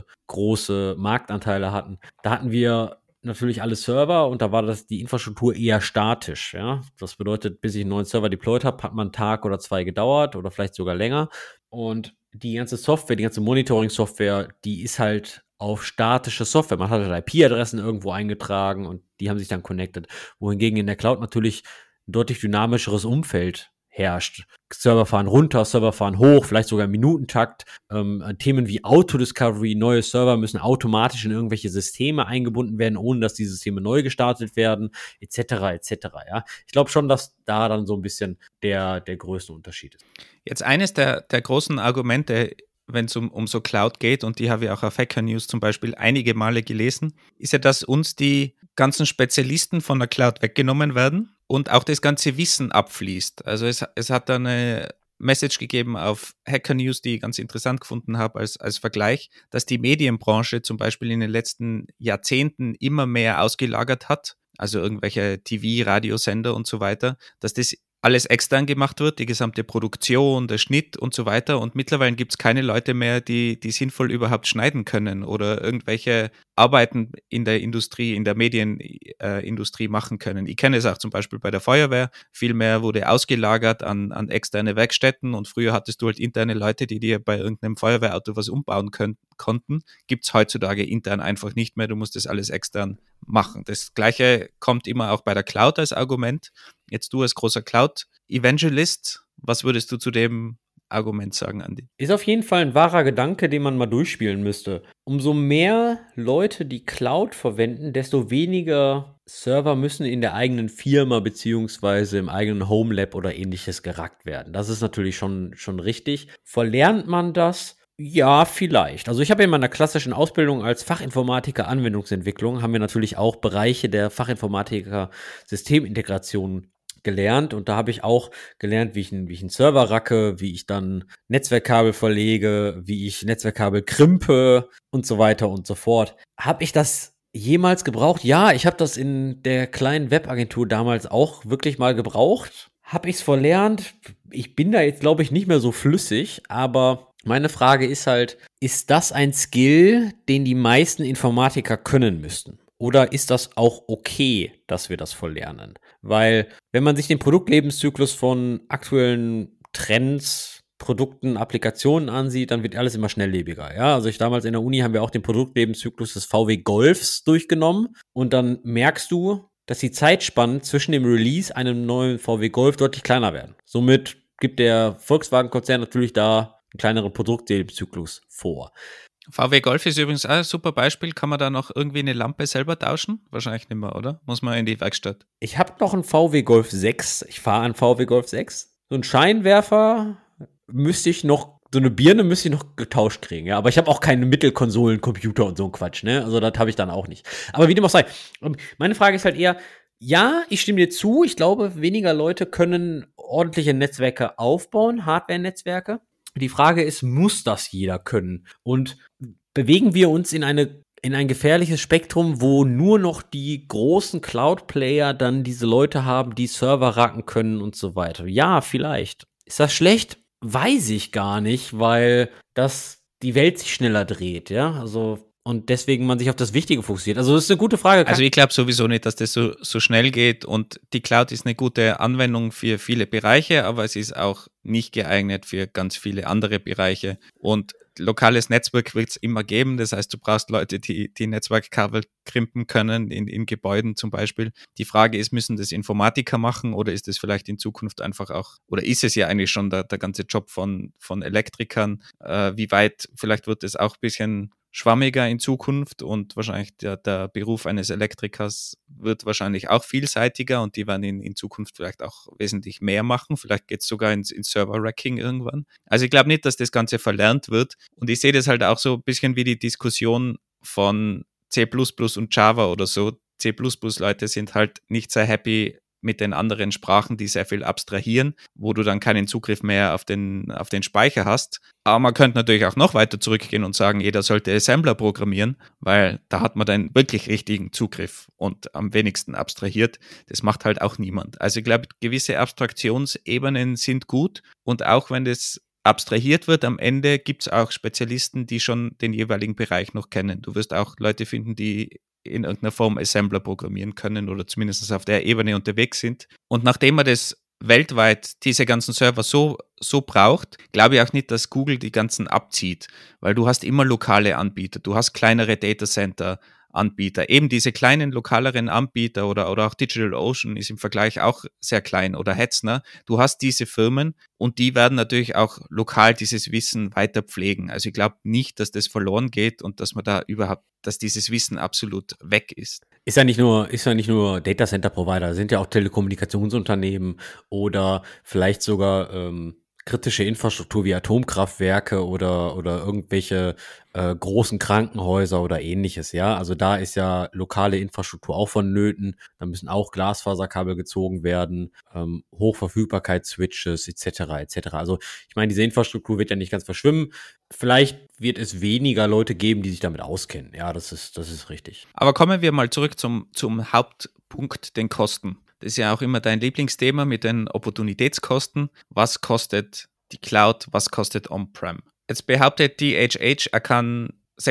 große Marktanteile hatten, da hatten wir natürlich alle Server und da war die Infrastruktur eher statisch, ja. Das bedeutet, bis ich einen neuen Server deployed habe, hat man einen Tag oder 2 gedauert oder vielleicht sogar länger. Und die ganze Software, die ganze Monitoring-Software, die ist halt auf statische Software. Man hat halt IP-Adressen irgendwo eingetragen und die haben sich dann connected. Wohingegen in der Cloud natürlich ein deutlich dynamischeres Umfeld herrscht. Server fahren runter, Server fahren hoch, vielleicht sogar im Minutentakt. Themen wie Autodiscovery, neue Server müssen automatisch in irgendwelche Systeme eingebunden werden, ohne dass die Systeme neu gestartet werden, etc. Ja. Ich glaube schon, dass da dann so ein bisschen der größte Unterschied ist. Jetzt eines der großen Argumente, wenn es um so Cloud geht, und die habe ich auch auf Hacker News zum Beispiel einige Male gelesen, ist ja, dass uns die ganzen Spezialisten von der Cloud weggenommen werden und auch das ganze Wissen abfließt. Also es hat da eine Message gegeben auf Hacker News, die ich ganz interessant gefunden habe als Vergleich, dass die Medienbranche zum Beispiel in den letzten Jahrzehnten immer mehr ausgelagert hat, also irgendwelche TV, Radiosender und so weiter, dass das alles extern gemacht wird, die gesamte Produktion, der Schnitt und so weiter. Und mittlerweile gibt es keine Leute mehr, die sinnvoll überhaupt schneiden können oder irgendwelche Arbeiten in der Industrie, in der Medienindustrie machen können. Ich kenne es auch zum Beispiel bei der Feuerwehr. Viel mehr wurde ausgelagert an externe Werkstätten und früher hattest du halt interne Leute, die dir bei irgendeinem Feuerwehrauto was umbauen konnten. Gibt es heutzutage intern einfach nicht mehr. Du musst das alles extern machen. Das Gleiche kommt immer auch bei der Cloud als Argument. Jetzt du als großer Cloud-Evangelist, was würdest du zu dem Argument sagen, Andi? Ist auf jeden Fall ein wahrer Gedanke, den man mal durchspielen müsste. Umso mehr Leute die Cloud verwenden, desto weniger Server müssen in der eigenen Firma beziehungsweise im eigenen Homelab oder ähnliches gerackt werden. Das ist natürlich schon richtig. Verlernt man das? Ja, vielleicht. Also ich habe in meiner klassischen Ausbildung als Fachinformatiker Anwendungsentwicklung, haben wir natürlich auch Bereiche der Fachinformatiker Systemintegration gelernt und da habe ich auch gelernt, wie ich einen Server racke, wie ich dann Netzwerkkabel verlege, wie ich Netzwerkkabel krimpe und so weiter und so fort. Habe ich das jemals gebraucht? Ja, ich habe das in der kleinen Webagentur damals auch wirklich mal gebraucht. Habe ich es verlernt? Ich bin da jetzt, glaube ich, nicht mehr so flüssig, aber meine Frage ist halt, ist das ein Skill, den die meisten Informatiker können müssten? Oder ist das auch okay, dass wir das verlernen? Weil, wenn man sich den Produktlebenszyklus von aktuellen Trends, Produkten, Applikationen ansieht, dann wird alles immer schnelllebiger. Ja, also damals in der Uni haben wir auch den Produktlebenszyklus des VW Golfs durchgenommen und dann merkst du, dass die Zeitspannen zwischen dem Release einem neuen VW Golf deutlich kleiner werden. Somit gibt der Volkswagen-Konzern natürlich da einen kleineren Produktlebenszyklus vor. VW Golf ist übrigens auch ein super Beispiel. Kann man da noch irgendwie eine Lampe selber tauschen? Wahrscheinlich nicht mehr, oder? Muss man in die Werkstatt. Ich habe noch einen VW Golf 6. Ich fahre einen VW Golf 6. So einen Scheinwerfer so eine Birne müsste ich noch getauscht kriegen, ja. Aber ich habe auch keine Mittelkonsolencomputer und so ein Quatsch, ne? Also das habe ich dann auch nicht. Aber wie dem auch sei. Meine Frage ist halt eher, ja, ich stimme dir zu. Ich glaube, weniger Leute können ordentliche Netzwerke aufbauen, Hardware-Netzwerke. Die Frage ist, muss das jeder können? Und bewegen wir uns in ein gefährliches Spektrum, wo nur noch die großen Cloud-Player dann diese Leute haben, die Server racken können und so weiter? Ja, vielleicht. Ist das schlecht? Weiß ich gar nicht, weil die Welt sich schneller dreht, ja? Also, und deswegen man sich auf das Wichtige fokussiert. Also, das ist eine gute Frage. Also, ich glaube sowieso nicht, dass das so schnell geht und die Cloud ist eine gute Anwendung für viele Bereiche, aber es ist auch nicht geeignet für ganz viele andere Bereiche und lokales Netzwerk wird es immer geben. Das heißt, du brauchst Leute, die Netzwerkkabel krimpen können, in Gebäuden zum Beispiel. Die Frage ist, müssen das Informatiker machen oder ist es vielleicht in Zukunft einfach auch, oder ist es ja eigentlich schon der ganze Job von Elektrikern? Wie weit, vielleicht wird es auch ein bisschen schwammiger in Zukunft und wahrscheinlich der Beruf eines Elektrikers wird wahrscheinlich auch vielseitiger und die werden in Zukunft vielleicht auch wesentlich mehr machen. Vielleicht geht es sogar ins Server-Racking irgendwann. Also ich glaube nicht, dass das Ganze verlernt wird und ich sehe das halt auch so ein bisschen wie die Diskussion von C++ und Java oder so. C++-Leute sind halt nicht sehr happy mit den anderen Sprachen, die sehr viel abstrahieren, wo du dann keinen Zugriff mehr auf den Speicher hast. Aber man könnte natürlich auch noch weiter zurückgehen und sagen, jeder sollte Assembler programmieren, weil da hat man den wirklich richtigen Zugriff und am wenigsten abstrahiert. Das macht halt auch niemand. Also ich glaube, gewisse Abstraktionsebenen sind gut und auch wenn das abstrahiert wird, am Ende gibt es auch Spezialisten, die schon den jeweiligen Bereich noch kennen. Du wirst auch Leute finden, die in irgendeiner Form Assembler programmieren können oder zumindest auf der Ebene unterwegs sind. Und nachdem man das weltweit diese ganzen Server so braucht, glaube ich auch nicht, dass Google die ganzen abzieht, weil du hast immer lokale Anbieter, du hast kleinere Datacenter-Anbieter, eben diese kleinen lokaleren Anbieter oder auch DigitalOcean ist im Vergleich auch sehr klein oder Hetzner. Du hast diese Firmen und die werden natürlich auch lokal dieses Wissen weiter pflegen. Also ich glaube nicht, dass das verloren geht und dass man da überhaupt, dass dieses Wissen absolut weg ist. Ist ja nicht nur Data Center Provider, sind ja auch Telekommunikationsunternehmen oder vielleicht sogar kritische Infrastruktur wie Atomkraftwerke oder irgendwelche großen Krankenhäuser oder ähnliches, ja. Also da ist ja lokale Infrastruktur auch vonnöten. Da müssen auch Glasfaserkabel gezogen werden, Hochverfügbarkeits-Switches etc. Also ich meine, diese Infrastruktur wird ja nicht ganz verschwimmen. Vielleicht wird es weniger Leute geben, die sich damit auskennen. Ja, das ist richtig. Aber kommen wir mal zurück zum Hauptpunkt, den Kosten. Das ist ja auch immer dein Lieblingsthema mit den Opportunitätskosten. Was kostet die Cloud, was kostet On-Prem? Jetzt behauptet DHH, er kann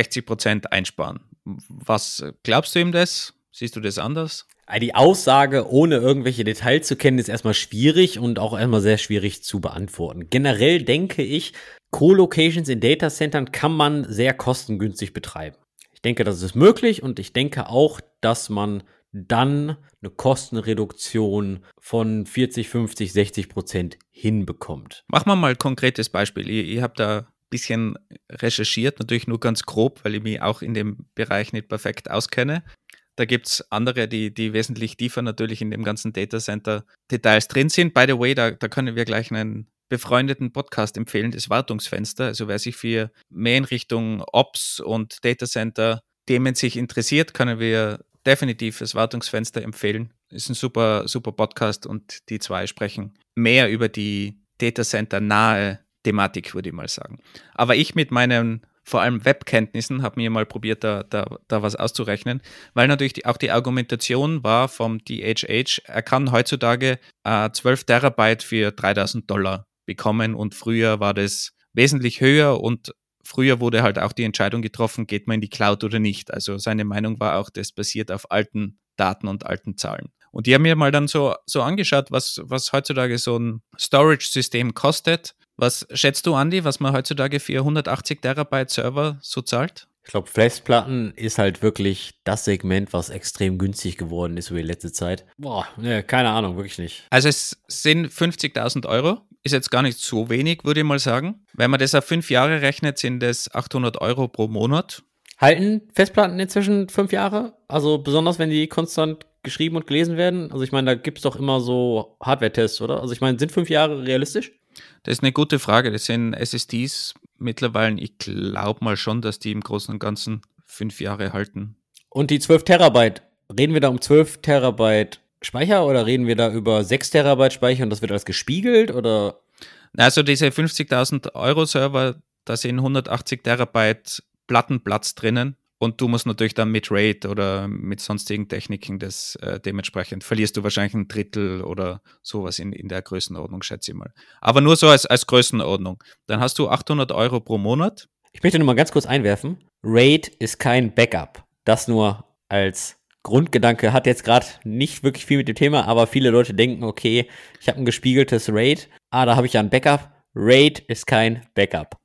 60% einsparen. Was glaubst du ihm das? Siehst du das anders? Die Aussage, ohne irgendwelche Details zu kennen, ist erstmal schwierig und auch erstmal sehr schwierig zu beantworten. Generell denke ich, Co-Locations in Datacentern kann man sehr kostengünstig betreiben. Ich denke, das ist möglich und ich denke auch, dass man dann eine Kostenreduktion von 40, 50, 60% hinbekommt. Machen wir mal ein konkretes Beispiel. Ich habe da ein bisschen recherchiert, natürlich nur ganz grob, weil ich mich auch in dem Bereich nicht perfekt auskenne. Da gibt es andere, die wesentlich tiefer natürlich in dem ganzen Datacenter-Details drin sind. By the way, da können wir gleich einen befreundeten Podcast empfehlen, das Wartungsfenster. Also wer sich für mehr in Richtung Ops und Datacenter-Themen sich interessiert, können wir definitiv das Wartungsfenster empfehlen. Ist ein super, super Podcast und die zwei sprechen mehr über die Datacenter-nahe Thematik, würde ich mal sagen. Aber ich mit meinen vor allem Webkenntnissen habe mir mal probiert, da was auszurechnen, weil natürlich auch die Argumentation war vom DHH, er kann heutzutage 12 Terabyte für $3.000 bekommen und früher war das wesentlich höher und früher wurde halt auch die Entscheidung getroffen, geht man in die Cloud oder nicht. Also seine Meinung war auch, das basiert auf alten Daten und alten Zahlen. Und die haben mir mal dann so angeschaut, was heutzutage so ein Storage-System kostet. Was schätzt du, Andi, was man heutzutage für 180 Terabyte Server so zahlt? Ich glaube, Festplatten ist halt wirklich das Segment, was extrem günstig geworden ist über die letzte Zeit. Keine Ahnung, wirklich nicht. Also es sind 50.000 Euro. Ist jetzt gar nicht so wenig, würde ich mal sagen. Wenn man das auf 5 Jahre rechnet, sind das 800 Euro pro Monat. Halten Festplatten inzwischen 5 Jahre? Also besonders, wenn die konstant geschrieben und gelesen werden? Also ich meine, da gibt es doch immer so Hardware-Tests, oder? Also ich meine, sind 5 Jahre realistisch? Das ist eine gute Frage. Das sind SSDs mittlerweile. Ich glaube mal schon, dass die im Großen und Ganzen 5 Jahre halten. Und die 12 Terabyte, reden wir da um 12 Terabyte Speicher oder reden wir da über 6 Terabyte Speicher und das wird alles gespiegelt, oder? Also diese 50.000 Euro Server, da sind 180 Terabyte Plattenplatz drinnen und du musst natürlich dann mit RAID oder mit sonstigen Techniken das dementsprechend verlierst du wahrscheinlich ein Drittel oder sowas in der Größenordnung, schätze ich mal. Aber nur so als Größenordnung. Dann hast du 800 Euro pro Monat. Ich möchte nur mal ganz kurz einwerfen, RAID ist kein Backup. Das nur als Grundgedanke, hat jetzt gerade nicht wirklich viel mit dem Thema, aber viele Leute denken, okay, ich habe ein gespiegeltes RAID, da habe ich ja ein Backup. RAID ist kein Backup.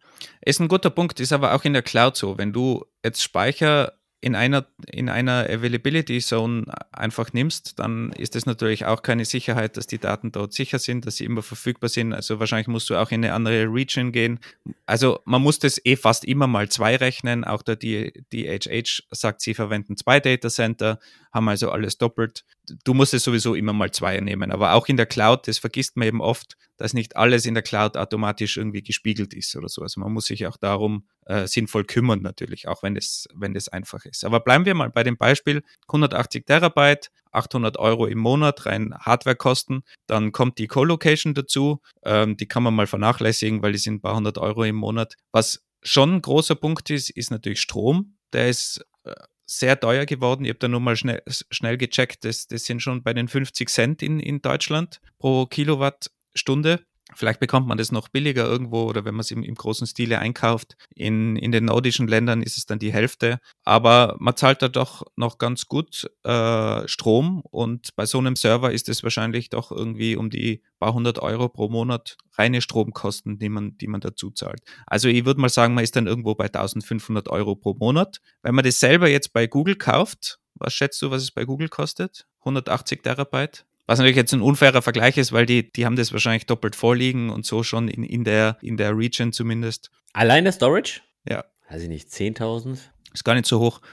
Ist ein guter Punkt, ist aber auch in der Cloud so. Wenn du jetzt Speicher in einer Availability Zone einfach nimmst, dann ist es natürlich auch keine Sicherheit, dass die Daten dort sicher sind, dass sie immer verfügbar sind. Also wahrscheinlich musst du auch in eine andere Region gehen. Also man muss das fast immer mal 2 rechnen. Auch der DHH sagt, sie verwenden 2 Datacenter, haben also alles doppelt. Du musst es sowieso immer mal 2 nehmen. Aber auch in der Cloud, das vergisst man eben oft, dass nicht alles in der Cloud automatisch irgendwie gespiegelt ist oder so. Also man muss sich auch darum sinnvoll kümmern natürlich, auch wenn es einfach ist. Aber bleiben wir mal bei dem Beispiel 180 Terabyte, 800 Euro im Monat, rein Hardwarekosten. Dann kommt die Colocation dazu. Die kann man mal vernachlässigen, weil die sind ein paar hundert Euro im Monat. Was schon ein großer Punkt ist, ist natürlich Strom. Der ist sehr teuer geworden. Ich habe da nur mal schnell gecheckt. Das sind schon bei den 50 Cent in Deutschland pro Kilowattstunde. Vielleicht bekommt man das noch billiger irgendwo oder wenn man es im großen Stile einkauft. In den nordischen Ländern ist es dann die Hälfte. Aber man zahlt da doch noch ganz gut Strom und bei so einem Server ist es wahrscheinlich doch irgendwie um die paar hundert Euro pro Monat reine Stromkosten, die man dazu zahlt. Also ich würde mal sagen, man ist dann irgendwo bei 1.500 Euro pro Monat. Wenn man das selber jetzt bei Google kauft, was schätzt du, was es bei Google kostet? 180 Terabyte? Was natürlich jetzt ein unfairer Vergleich ist, weil die haben das wahrscheinlich doppelt vorliegen und so schon in der Region zumindest. Allein der Storage? Ja. Weiß ich nicht, 10.000? Ist gar nicht so hoch.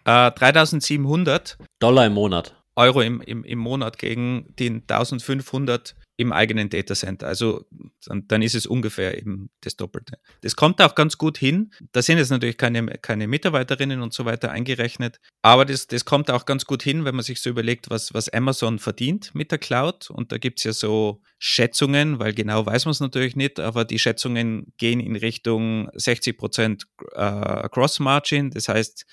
3.700 Dollar im Monat. Euro im Monat gegen den 1.500 im eigenen Datacenter. Also dann ist es ungefähr eben das Doppelte. Das kommt auch ganz gut hin. Da sind jetzt natürlich keine Mitarbeiterinnen und so weiter eingerechnet, aber das kommt auch ganz gut hin, wenn man sich so überlegt, was Amazon verdient mit der Cloud. Und da gibt es ja so Schätzungen, weil genau weiß man es natürlich nicht, aber die Schätzungen gehen in Richtung 60% Gross Margin. Das heißt,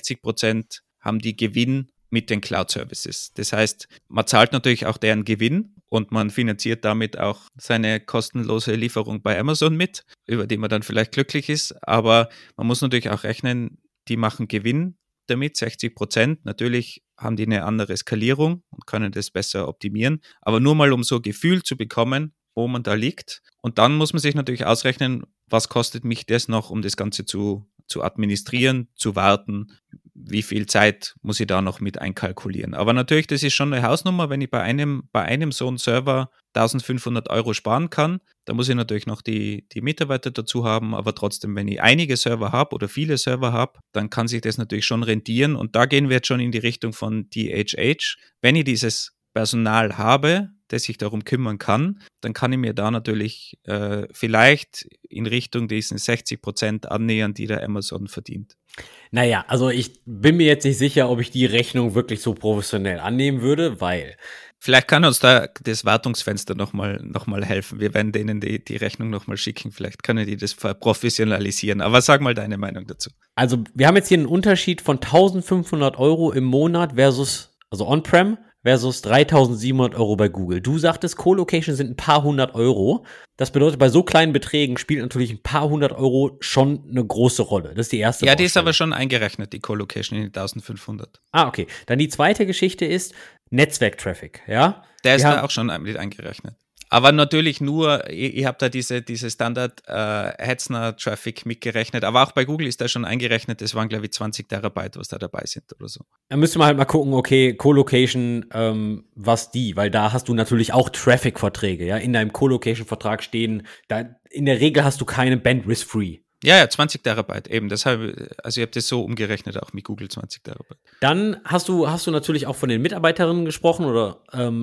60% haben die Gewinn mit den Cloud-Services. Das heißt, man zahlt natürlich auch deren Gewinn und man finanziert damit auch seine kostenlose Lieferung bei Amazon mit, über die man dann vielleicht glücklich ist. Aber man muss natürlich auch rechnen, die machen Gewinn damit, 60%. Natürlich haben die eine andere Skalierung und können das besser optimieren. Aber nur mal, um so ein Gefühl zu bekommen, wo man da liegt. Und dann muss man sich natürlich ausrechnen, was kostet mich das noch, um das Ganze zu administrieren, zu warten, wie viel Zeit muss ich da noch mit einkalkulieren. Aber natürlich, das ist schon eine Hausnummer, wenn ich bei einem so einen Server 1.500 Euro sparen kann, da muss ich natürlich noch die Mitarbeiter dazu haben, aber trotzdem, wenn ich einige Server habe oder viele Server habe, dann kann sich das natürlich schon rentieren und da gehen wir jetzt schon in die Richtung von DHH. Wenn ich dieses Personal habe, das sich darum kümmern kann, dann kann ich mir da natürlich vielleicht in Richtung diesen 60% annähern, die der Amazon verdient. Naja, also ich bin mir jetzt nicht sicher, ob ich die Rechnung wirklich so professionell annehmen würde, weil... Vielleicht kann uns da das Wartungsfenster noch mal helfen. Wir werden denen die Rechnung noch mal schicken. Vielleicht können die das professionalisieren. Aber sag mal deine Meinung dazu. Also wir haben jetzt hier einen Unterschied von 1.500 Euro im Monat also On-Prem, versus 3.700 Euro bei Google. Du sagtest, Co-Location sind ein paar hundert Euro. Das bedeutet, bei so kleinen Beträgen spielt natürlich ein paar hundert Euro schon eine große Rolle. Das ist die erste Ja, Baustelle. die ist aber schon eingerechnet, die Co-Location in die 1.500. Ah, okay. Dann die zweite Geschichte ist Netzwerktraffic, ja? Der ist da auch schon mit eingerechnet. Aber natürlich nur, ich habe da diese Standard Hetzner-Traffic mitgerechnet, aber auch bei Google ist da schon eingerechnet, das waren glaube ich 20 Terabyte, was da dabei sind oder so. Da müsste man halt mal gucken, okay, Co-Location, weil da hast du natürlich auch Traffic-Verträge, ja, in deinem Co-Location-Vertrag stehen, da in der Regel hast du keine Bandwidth-Free. Ja, 20 Terabyte eben. Deshalb, also ich habe das so umgerechnet, auch mit Google 20 Terabyte. Dann hast du natürlich auch von den Mitarbeiterinnen gesprochen oder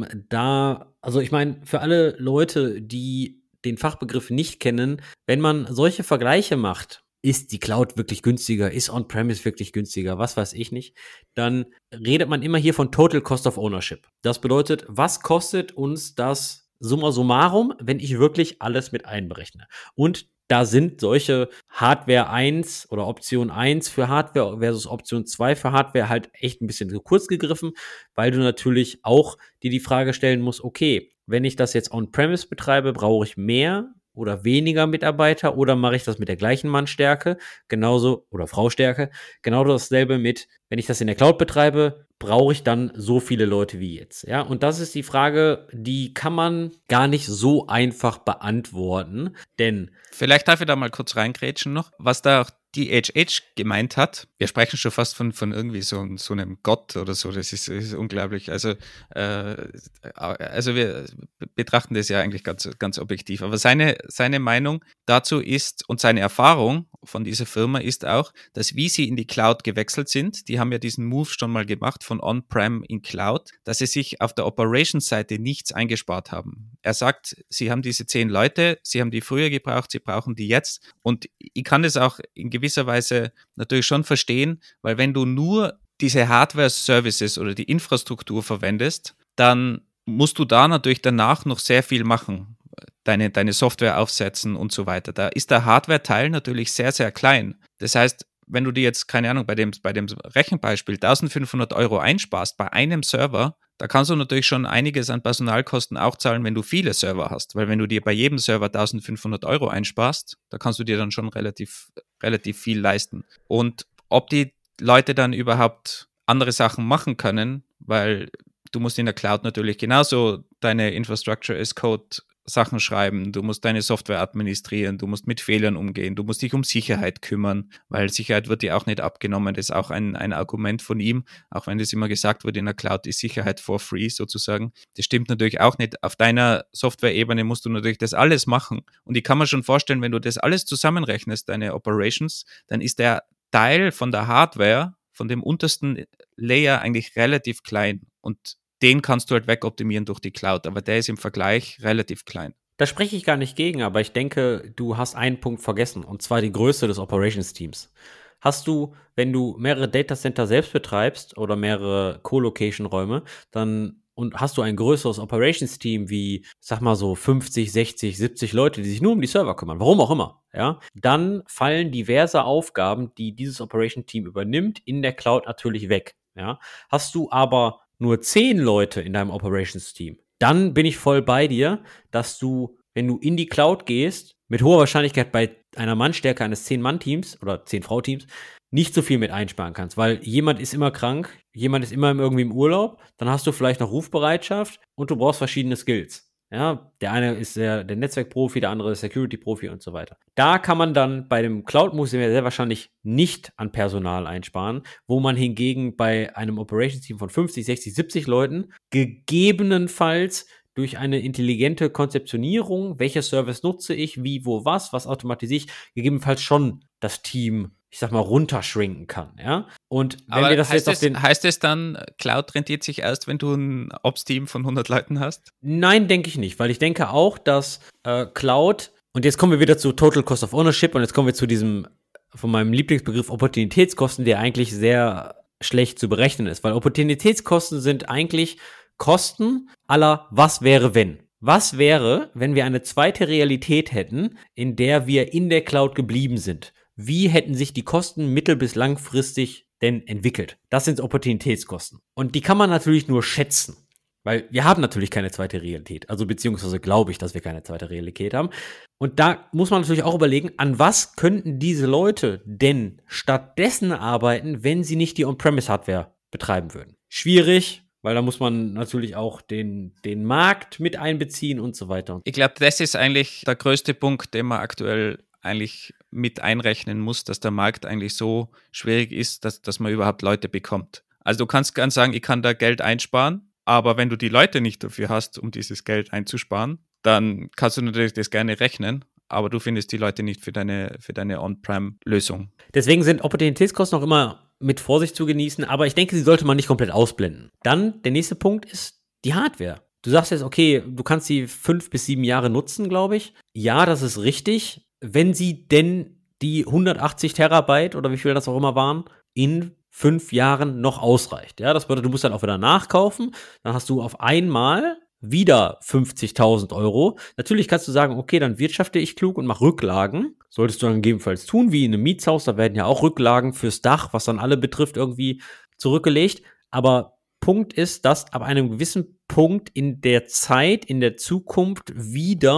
also ich meine, für alle Leute, die den Fachbegriff nicht kennen, wenn man solche Vergleiche macht, ist die Cloud wirklich günstiger, ist On-Premise wirklich günstiger, was weiß ich nicht, dann redet man immer hier von Total Cost of Ownership. Das bedeutet, was kostet uns das summa summarum, wenn ich wirklich alles mit einberechne? Und da sind solche Hardware 1 oder Option 1 für Hardware versus Option 2 für Hardware halt echt ein bisschen zu kurz gegriffen, weil du natürlich auch dir die Frage stellen musst, okay, wenn ich das jetzt on-premise betreibe, brauche ich mehr oder weniger Mitarbeiter oder mache ich das mit der gleichen Mannstärke, genauso oder Fraustärke, genau dasselbe mit, wenn ich das in der Cloud betreibe, brauche ich dann so viele Leute wie jetzt, ja? Und das ist die Frage, die kann man gar nicht so einfach beantworten, denn Vielleicht darf ich da mal kurz reingrätschen noch, was da auch DHH gemeint hat. Wir sprechen schon fast von irgendwie so einem Gott oder so. Das ist unglaublich. Also wir betrachten das ja eigentlich ganz, ganz objektiv. Aber seine Meinung dazu ist und seine Erfahrung von dieser Firma ist auch, dass wie sie in die Cloud gewechselt sind, die haben ja diesen Move schon mal gemacht von On-Prem in Cloud, dass sie sich auf der Operations-Seite nichts eingespart haben. Er sagt, sie haben diese 10 Leute, sie haben die früher gebraucht, sie brauchen die jetzt. Und ich kann das auch in gewisser Weise natürlich schon verstehen, weil wenn du nur diese Hardware-Services oder die Infrastruktur verwendest, dann musst du da natürlich danach noch sehr viel machen. Deine Software aufsetzen und so weiter. Da ist der Hardware-Teil natürlich sehr, sehr klein. Das heißt, wenn du dir jetzt, keine Ahnung, bei dem Rechenbeispiel 1.500 € einsparst bei einem Server, da kannst du natürlich schon einiges an Personalkosten auch zahlen, wenn du viele Server hast. Weil wenn du dir bei jedem Server 1.500 € einsparst, da kannst du dir dann schon relativ viel leisten. Und ob die Leute dann überhaupt andere Sachen machen können, weil du musst in der Cloud natürlich genauso deine Infrastructure as Code Sachen schreiben, du musst deine Software administrieren, du musst mit Fehlern umgehen, du musst dich um Sicherheit kümmern, weil Sicherheit wird dir auch nicht abgenommen. Das ist auch ein Argument von ihm, auch wenn das immer gesagt wird, in der Cloud ist Sicherheit for free sozusagen. Das stimmt natürlich auch nicht. Auf deiner Software-Ebene musst du natürlich das alles machen. Und ich kann mir schon vorstellen, wenn du das alles zusammenrechnest, deine Operations, dann ist der Teil von der Hardware, von dem untersten Layer eigentlich relativ klein. Und den kannst du halt wegoptimieren durch die Cloud, aber der ist im Vergleich relativ klein. Da spreche ich gar nicht gegen, aber ich denke, du hast einen Punkt vergessen, und zwar die Größe des Operations-Teams. Hast du, wenn du mehrere Datacenter selbst betreibst oder mehrere Co-Location-Räume, dann und hast du ein größeres Operations-Team wie, sag mal so 50, 60, 70 Leute, die sich nur um die Server kümmern, warum auch immer, ja, dann fallen diverse Aufgaben, die dieses Operation-Team übernimmt, in der Cloud natürlich weg, ja. Hast du aber nur 10 Leute in deinem Operations-Team, dann bin ich voll bei dir, dass du, wenn du in die Cloud gehst, mit hoher Wahrscheinlichkeit bei einer Mannstärke eines 10-Mann-Teams oder 10-Frau-Teams nicht so viel mit einsparen kannst, weil jemand ist immer krank, jemand ist immer irgendwie im Urlaub, dann hast du vielleicht noch Rufbereitschaft und du brauchst verschiedene Skills. Ja, der eine ist der Netzwerkprofi, der andere ist Security-Profi und so weiter. Da kann man dann bei dem Cloud-Museum sehr wahrscheinlich nicht an Personal einsparen, wo man hingegen bei einem Operations-Team von 50, 60, 70 Leuten gegebenenfalls durch eine intelligente Konzeptionierung, welcher Service nutze ich, wie, wo, was automatisiere ich, gegebenenfalls schon das Team, ich sag mal, runterschrinken kann, ja. Und wenn aber wir das jetzt heißt es dann, Cloud rentiert sich erst, wenn du ein Ops-Team von 100 Leuten hast? Nein, denke ich nicht, weil ich denke auch, dass Cloud, und jetzt kommen wir wieder zu Total Cost of Ownership und jetzt kommen wir zu diesem, von meinem Lieblingsbegriff Opportunitätskosten, der eigentlich sehr schlecht zu berechnen ist, weil Opportunitätskosten sind eigentlich Kosten aller was wäre wenn. Was wäre, wenn wir eine zweite Realität hätten, in der wir in der Cloud geblieben sind? Wie hätten sich die Kosten mittel- bis langfristig denn entwickelt? Das sind Opportunitätskosten. Und die kann man natürlich nur schätzen, weil wir haben natürlich keine zweite Realität. Also beziehungsweise glaube ich, dass wir keine zweite Realität haben. Und da muss man natürlich auch überlegen, an was könnten diese Leute denn stattdessen arbeiten, wenn sie nicht die On-Premise-Hardware betreiben würden? Schwierig, weil da muss man natürlich auch den Markt mit einbeziehen und so weiter. Ich glaube, das ist eigentlich der größte Punkt, den man aktuell eigentlich mit einrechnen muss, dass der Markt eigentlich so schwierig ist, dass man überhaupt Leute bekommt. Also du kannst ganz sagen, ich kann da Geld einsparen, aber wenn du die Leute nicht dafür hast, um dieses Geld einzusparen, dann kannst du natürlich das gerne rechnen, aber du findest die Leute nicht für deine On-Prem-Lösung. Deswegen sind Opportunitätskosten noch immer mit Vorsicht zu genießen, aber ich denke, sie sollte man nicht komplett ausblenden. Dann, der nächste Punkt ist die Hardware. Du sagst jetzt, okay, du kannst sie 5 bis 7 Jahre nutzen, glaube ich. Ja, das ist richtig, wenn sie denn die 180 Terabyte oder wie viel das auch immer waren, in 5 Jahren noch ausreicht. Ja, das bedeutet, du musst dann auch wieder nachkaufen, dann hast du auf einmal wieder 50.000 €. Natürlich kannst du sagen, okay, dann wirtschafte ich klug und mache Rücklagen. Solltest du dann gegebenenfalls tun, wie in einem Mietshaus. Da werden ja auch Rücklagen fürs Dach, was dann alle betrifft, irgendwie zurückgelegt. Aber Punkt ist, dass ab einem gewissen Punkt in der Zeit, in der Zukunft wieder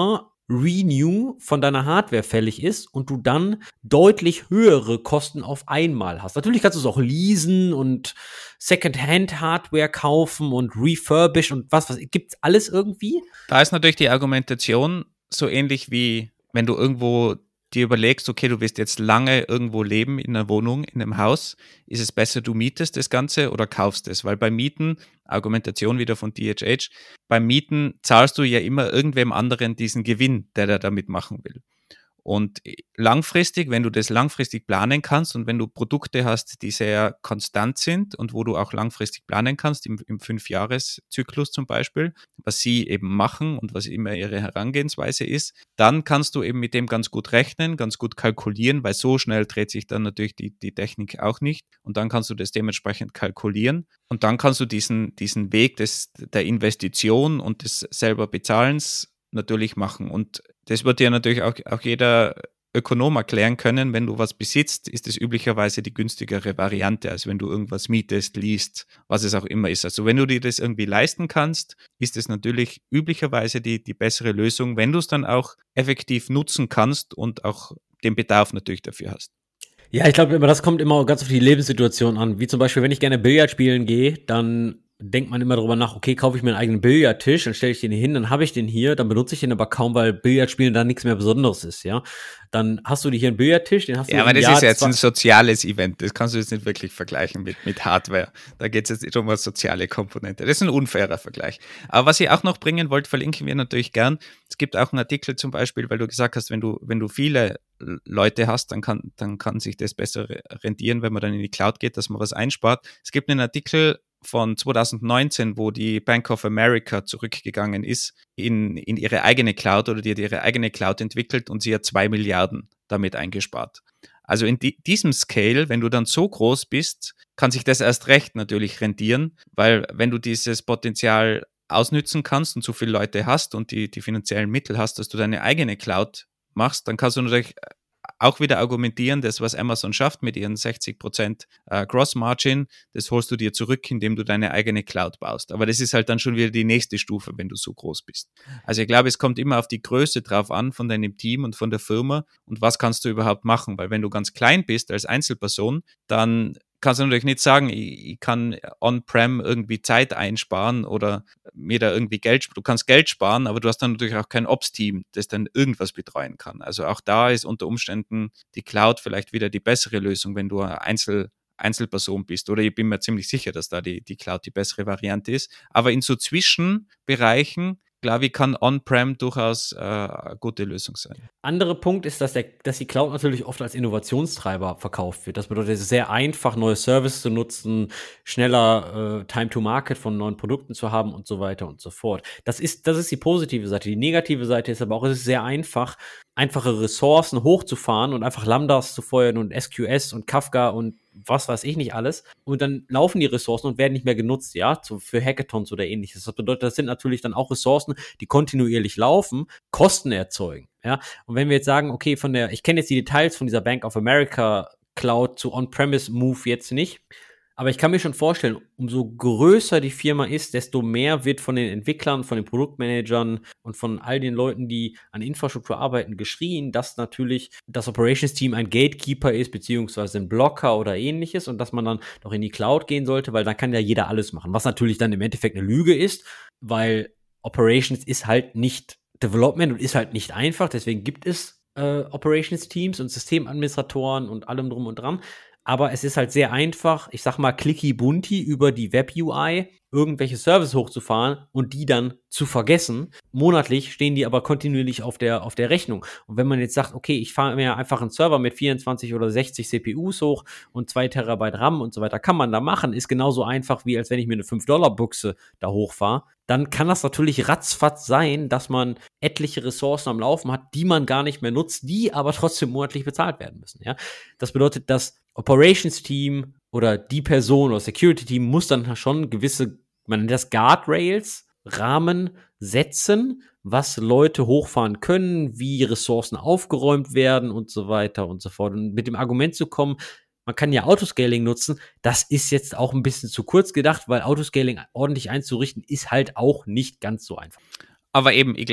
Renew von deiner Hardware fällig ist und du dann deutlich höhere Kosten auf einmal hast. Natürlich kannst du es auch leasen und Second-Hand-Hardware kaufen und refurbish und was gibt's alles irgendwie? Da ist natürlich die Argumentation so ähnlich wie wenn du irgendwo dir überlegst, okay, du wirst jetzt lange irgendwo leben in einer Wohnung, in einem Haus, ist es besser, du mietest das Ganze oder kaufst es? Weil beim Mieten, Argumentation wieder von DHH, beim Mieten zahlst du ja immer irgendwem anderen diesen Gewinn, der damit machen will. Und langfristig, wenn du das langfristig planen kannst und wenn du Produkte hast, die sehr konstant sind und wo du auch langfristig planen kannst, im 5-Jahres-Zyklus zum Beispiel, was sie eben machen und was immer ihre Herangehensweise ist, dann kannst du eben mit dem ganz gut rechnen, ganz gut kalkulieren, weil so schnell dreht sich dann natürlich die Technik auch nicht. Und dann kannst du das dementsprechend kalkulieren. Und dann kannst du diesen Weg der Investition und des selber Bezahlens natürlich machen. Und das wird dir natürlich auch jeder Ökonom erklären können, wenn du was besitzt, ist es üblicherweise die günstigere Variante, als wenn du irgendwas mietest, liest, was es auch immer ist. Also wenn du dir das irgendwie leisten kannst, ist es natürlich üblicherweise die bessere Lösung, wenn du es dann auch effektiv nutzen kannst und auch den Bedarf natürlich dafür hast. Ja, ich glaube, das kommt immer ganz auf die Lebenssituation an. Wie zum Beispiel, wenn ich gerne Billard spielen gehe, dann denkt man immer darüber nach, okay, kaufe ich mir einen eigenen Billardtisch, dann stelle ich den hin, dann habe ich den hier, dann benutze ich den aber kaum, weil Billardspielen da nichts mehr Besonderes ist, ja. Dann hast du hier einen Billardtisch, den hast du ja, aber das ist jetzt ein soziales Event, das kannst du jetzt nicht wirklich vergleichen mit Hardware. Da geht es jetzt um eine soziale Komponente. Das ist ein unfairer Vergleich. Aber was ich auch noch bringen wollte, verlinken wir natürlich gern. Es gibt auch einen Artikel zum Beispiel, weil du gesagt hast, wenn du viele Leute hast, dann kann sich das besser rentieren, wenn man dann in die Cloud geht, dass man was einspart. Es gibt einen Artikel von 2019, wo die Bank of America zurückgegangen ist in ihre eigene Cloud oder die hat ihre eigene Cloud entwickelt und sie hat 2 Milliarden damit eingespart. Also in diesem Scale, wenn du dann so groß bist, kann sich das erst recht natürlich rentieren, weil wenn du dieses Potenzial ausnützen kannst und so viele Leute hast und die finanziellen Mittel hast, dass du deine eigene Cloud machst, dann kannst du natürlich auch wieder argumentieren, das, was Amazon schafft mit ihren 60% Gross Margin, das holst du dir zurück, indem du deine eigene Cloud baust. Aber das ist halt dann schon wieder die nächste Stufe, wenn du so groß bist. Also ich glaube, es kommt immer auf die Größe drauf an von deinem Team und von der Firma und was kannst du überhaupt machen, weil wenn du ganz klein bist als Einzelperson, dann kannst du natürlich nicht sagen, ich kann on-prem irgendwie Zeit einsparen oder mir da irgendwie du kannst Geld sparen, aber du hast dann natürlich auch kein Ops-Team, das dann irgendwas betreuen kann. Also auch da ist unter Umständen die Cloud vielleicht wieder die bessere Lösung, wenn du Einzelperson bist. Oder ich bin mir ziemlich sicher, dass da die Cloud die bessere Variante ist. Aber in so Zwischenbereichen, glaube ich, kann On-Prem durchaus eine gute Lösung sein. Anderer Punkt ist, dass die Cloud natürlich oft als Innovationstreiber verkauft wird. Das bedeutet, es ist sehr einfach, neue Services zu nutzen, schneller Time to Market von neuen Produkten zu haben und so weiter und so fort. Das ist die positive Seite. Die negative Seite ist aber auch, es ist sehr einfach, einfache Ressourcen hochzufahren und einfach Lambdas zu feuern und SQS und Kafka und was weiß ich nicht alles. Und dann laufen die Ressourcen und werden nicht mehr genutzt, ja, für Hackathons oder ähnliches. Das bedeutet, das sind natürlich dann auch Ressourcen, die kontinuierlich laufen, Kosten erzeugen, ja. Und wenn wir jetzt sagen, okay, ich kenne jetzt die Details von dieser Bank of America Cloud zu On-Premise Move jetzt nicht, aber ich kann mir schon vorstellen, umso größer die Firma ist, desto mehr wird von den Entwicklern, von den Produktmanagern und von all den Leuten, die an Infrastruktur arbeiten, geschrien, dass natürlich das Operations-Team ein Gatekeeper ist, beziehungsweise ein Blocker oder ähnliches und dass man dann doch in die Cloud gehen sollte, weil dann kann ja jeder alles machen. Was natürlich dann im Endeffekt eine Lüge ist, weil Operations ist halt nicht Development und ist halt nicht einfach. Deswegen gibt es Operations-Teams und Systemadministratoren und allem drum und dran. Aber es ist halt sehr einfach, ich sag mal, clicky-bunti über die Web-UI irgendwelche Services hochzufahren und die dann zu vergessen. Monatlich stehen die aber kontinuierlich auf der Rechnung. Und wenn man jetzt sagt, okay, ich fahre mir einfach einen Server mit 24 oder 60 CPUs hoch und 2 Terabyte RAM und so weiter, kann man da machen, ist genauso einfach, wie als wenn ich mir eine $5-Buchse da hochfahre. Dann kann das natürlich ratzfatz sein, dass man etliche Ressourcen am Laufen hat, die man gar nicht mehr nutzt, die aber trotzdem monatlich bezahlt werden müssen. Ja? Das bedeutet, das Operations-Team oder die Person oder Security-Team muss dann schon gewisse, man nennt das Guardrails, Rahmen setzen, was Leute hochfahren können, wie Ressourcen aufgeräumt werden und so weiter und so fort. Und mit dem Argument zu kommen, man kann ja Autoscaling nutzen, das ist jetzt auch ein bisschen zu kurz gedacht, weil Autoscaling ordentlich einzurichten ist halt auch nicht ganz so einfach. Aber eben, ich glaube,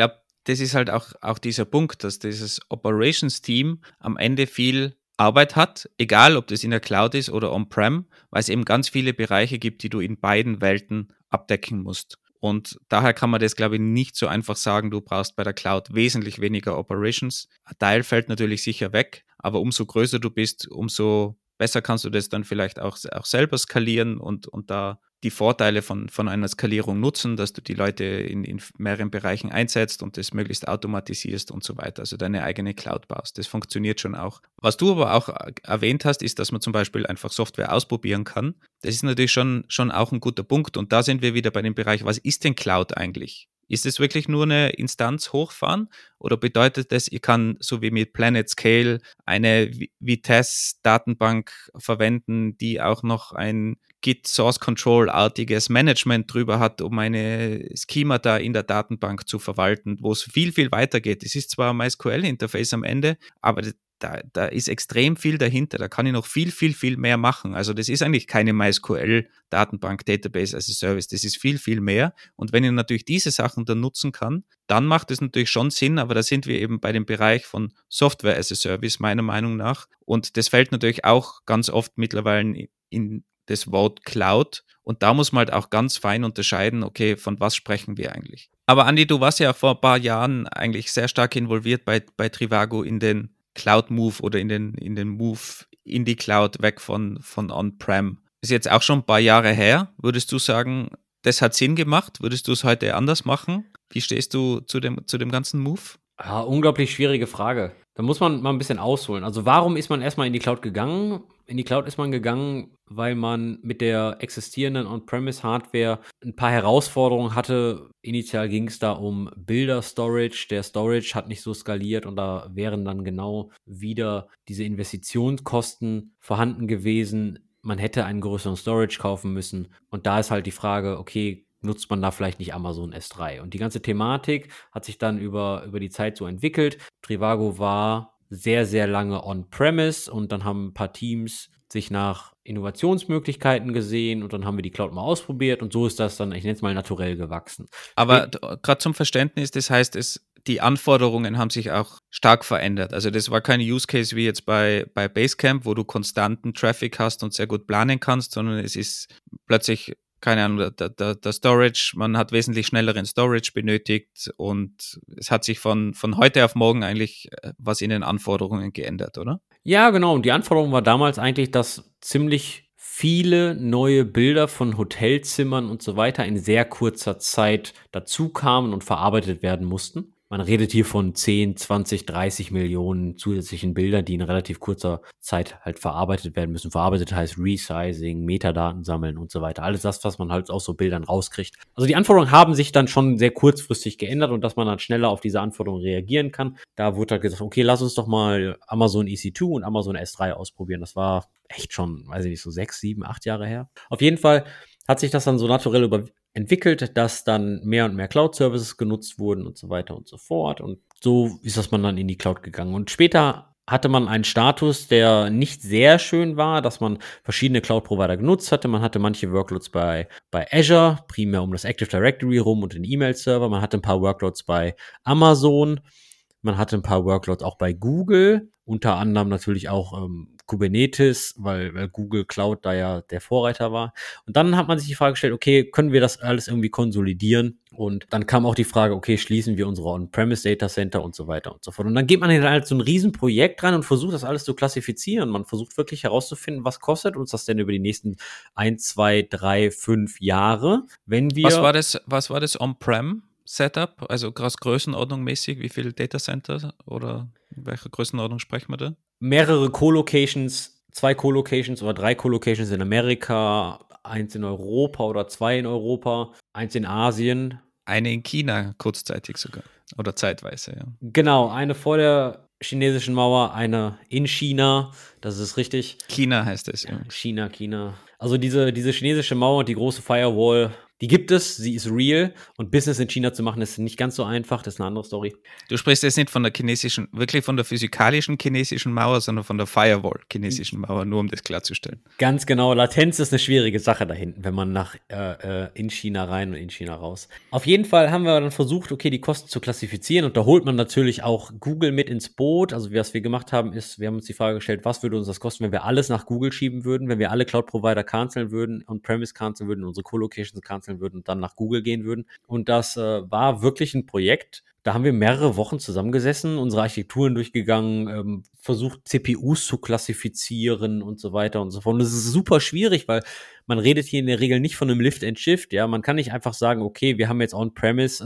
das ist halt auch dieser Punkt, dass dieses Operations-Team am Ende viel Arbeit hat, egal ob das in der Cloud ist oder on-prem, weil es eben ganz viele Bereiche gibt, die du in beiden Welten abdecken musst. Und daher kann man das, glaube ich, nicht so einfach sagen, du brauchst bei der Cloud wesentlich weniger Operations. Ein Teil fällt natürlich sicher weg, aber umso größer du bist, umso besser kannst du das dann vielleicht auch selber skalieren und da die Vorteile von einer Skalierung nutzen, dass du die Leute in mehreren Bereichen einsetzt und das möglichst automatisierst und so weiter, also deine eigene Cloud baust. Das funktioniert schon auch. Was du aber auch erwähnt hast, ist, dass man zum Beispiel einfach Software ausprobieren kann. Das ist natürlich schon auch ein guter Punkt und da sind wir wieder bei dem Bereich, was ist denn Cloud eigentlich? Ist es wirklich nur eine Instanz hochfahren oder bedeutet das, ich kann so wie mit PlanetScale eine Vitesse-Datenbank verwenden, die auch noch ein Git Source Control-artiges Management drüber hat, um meine Schemata in der Datenbank zu verwalten, wo es viel, viel weiter geht. Es ist zwar ein MySQL-Interface am Ende, aber da ist extrem viel dahinter. Da kann ich noch viel, viel, viel mehr machen. Also das ist eigentlich keine MySQL-Datenbank, Database as a Service. Das ist viel, viel mehr. Und wenn ich natürlich diese Sachen dann nutzen kann, dann macht es natürlich schon Sinn, aber da sind wir eben bei dem Bereich von Software as a Service, meiner Meinung nach. Und das fällt natürlich auch ganz oft mittlerweile in das Wort Cloud. Und da muss man halt auch ganz fein unterscheiden, okay, von was sprechen wir eigentlich. Aber Andi, du warst ja vor ein paar Jahren eigentlich sehr stark involviert bei Trivago in den Cloud-Move oder in den Move in die Cloud weg von On-Prem. Ist jetzt auch schon ein paar Jahre her. Würdest du sagen, das hat Sinn gemacht? Würdest du es heute anders machen? Wie stehst du zu dem ganzen Move? Ja, unglaublich schwierige Frage. Da muss man mal ein bisschen ausholen. Also warum ist man erstmal in die Cloud gegangen? In die Cloud ist man gegangen, weil man mit der existierenden On-Premise-Hardware ein paar Herausforderungen hatte. Initial ging es da um Bilder-Storage. Der Storage hat nicht so skaliert und da wären dann genau wieder diese Investitionskosten vorhanden gewesen. Man hätte einen größeren Storage kaufen müssen. Und da ist halt die Frage, okay, nutzt man da vielleicht nicht Amazon S3? Und die ganze Thematik hat sich dann über die Zeit so entwickelt. Trivago war sehr, sehr lange on-premise und dann haben ein paar Teams sich nach Innovationsmöglichkeiten gesehen und dann haben wir die Cloud mal ausprobiert und so ist das dann, ich nenne es mal, naturell gewachsen. Aber gerade zum Verständnis, das heißt, die Anforderungen haben sich auch stark verändert. Also das war kein Use Case wie jetzt bei Basecamp, wo du konstanten Traffic hast und sehr gut planen kannst, sondern es ist plötzlich, keine Ahnung, der Storage, man hat wesentlich schnelleren Storage benötigt und es hat sich von heute auf morgen eigentlich was in den Anforderungen geändert, oder? Ja, genau. Und die Anforderung war damals eigentlich, dass ziemlich viele neue Bilder von Hotelzimmern und so weiter in sehr kurzer Zeit dazu kamen und verarbeitet werden mussten. Man redet hier von 10, 20, 30 Millionen zusätzlichen Bildern, die in relativ kurzer Zeit halt verarbeitet werden müssen. Verarbeitet heißt Resizing, Metadaten sammeln und so weiter. Alles das, was man halt aus so Bildern rauskriegt. Also die Anforderungen haben sich dann schon sehr kurzfristig geändert und dass man dann schneller auf diese Anforderungen reagieren kann. Da wurde halt gesagt, okay, lass uns doch mal Amazon EC2 und Amazon S3 ausprobieren. Das war echt schon, weiß ich nicht, so 6, 7, 8 Jahre her. Auf jeden Fall hat sich das dann so naturell entwickelt, dass dann mehr und mehr Cloud-Services genutzt wurden und so weiter und so fort. Und so ist das man dann in die Cloud gegangen. Und später hatte man einen Status, der nicht sehr schön war, dass man verschiedene Cloud-Provider genutzt hatte. Man hatte manche Workloads bei Azure, primär um das Active Directory rum und den E-Mail-Server. Man hatte ein paar Workloads bei Amazon. Man hatte ein paar Workloads auch bei Google, unter anderem natürlich auch Kubernetes, weil Google Cloud da ja der Vorreiter war. Und dann hat man sich die Frage gestellt, okay, können wir das alles irgendwie konsolidieren? Und dann kam auch die Frage, okay, schließen wir unsere On-Premise Data Center und so weiter und so fort. Und dann geht man in halt so ein Riesenprojekt rein und versucht das alles zu klassifizieren. Man versucht wirklich herauszufinden, was kostet uns das denn über die nächsten 1, 2, 3, 5 Jahre, wenn wir... Was war das On-Prem? Setup, also krass Größenordnung mäßig, wie viele Datacenter oder in welcher Größenordnung sprechen wir da? Mehrere Co-Locations, 2 Co-Locations oder 3 Co-Locations in Amerika, 1 in Europa oder 2 in Europa, 1 in Asien. Eine in China, kurzzeitig sogar. Oder zeitweise, ja. Genau, eine vor der chinesischen Mauer, eine in China, das ist richtig. China heißt es, ja. China. Also diese chinesische Mauer und die große Firewall, Die gibt es, sie ist real und Business in China zu machen ist nicht ganz so einfach, das ist eine andere Story. Du sprichst jetzt nicht von der chinesischen, wirklich von der physikalischen chinesischen Mauer, sondern von der Firewall chinesischen Mauer, nur um das klarzustellen. Ganz genau, Latenz ist eine schwierige Sache da hinten, wenn man in China rein und in China raus. Auf jeden Fall haben wir dann versucht, okay, die Kosten zu klassifizieren und da holt man natürlich auch Google mit ins Boot. Also was wir gemacht haben, ist, wir haben uns die Frage gestellt, was würde uns das kosten, wenn wir alles nach Google schieben würden, wenn wir alle Cloud-Provider canceln würden, On-Premise canceln würden, unsere Co-Locations canceln würden und dann nach Google gehen würden. Und das war wirklich ein Projekt. Da haben wir mehrere Wochen zusammengesessen, unsere Architekturen durchgegangen, versucht CPUs zu klassifizieren und so weiter und so fort. Und das ist super schwierig, weil man redet hier in der Regel nicht von einem Lift and Shift. Ja, man kann nicht einfach sagen, okay, wir haben jetzt On-Premise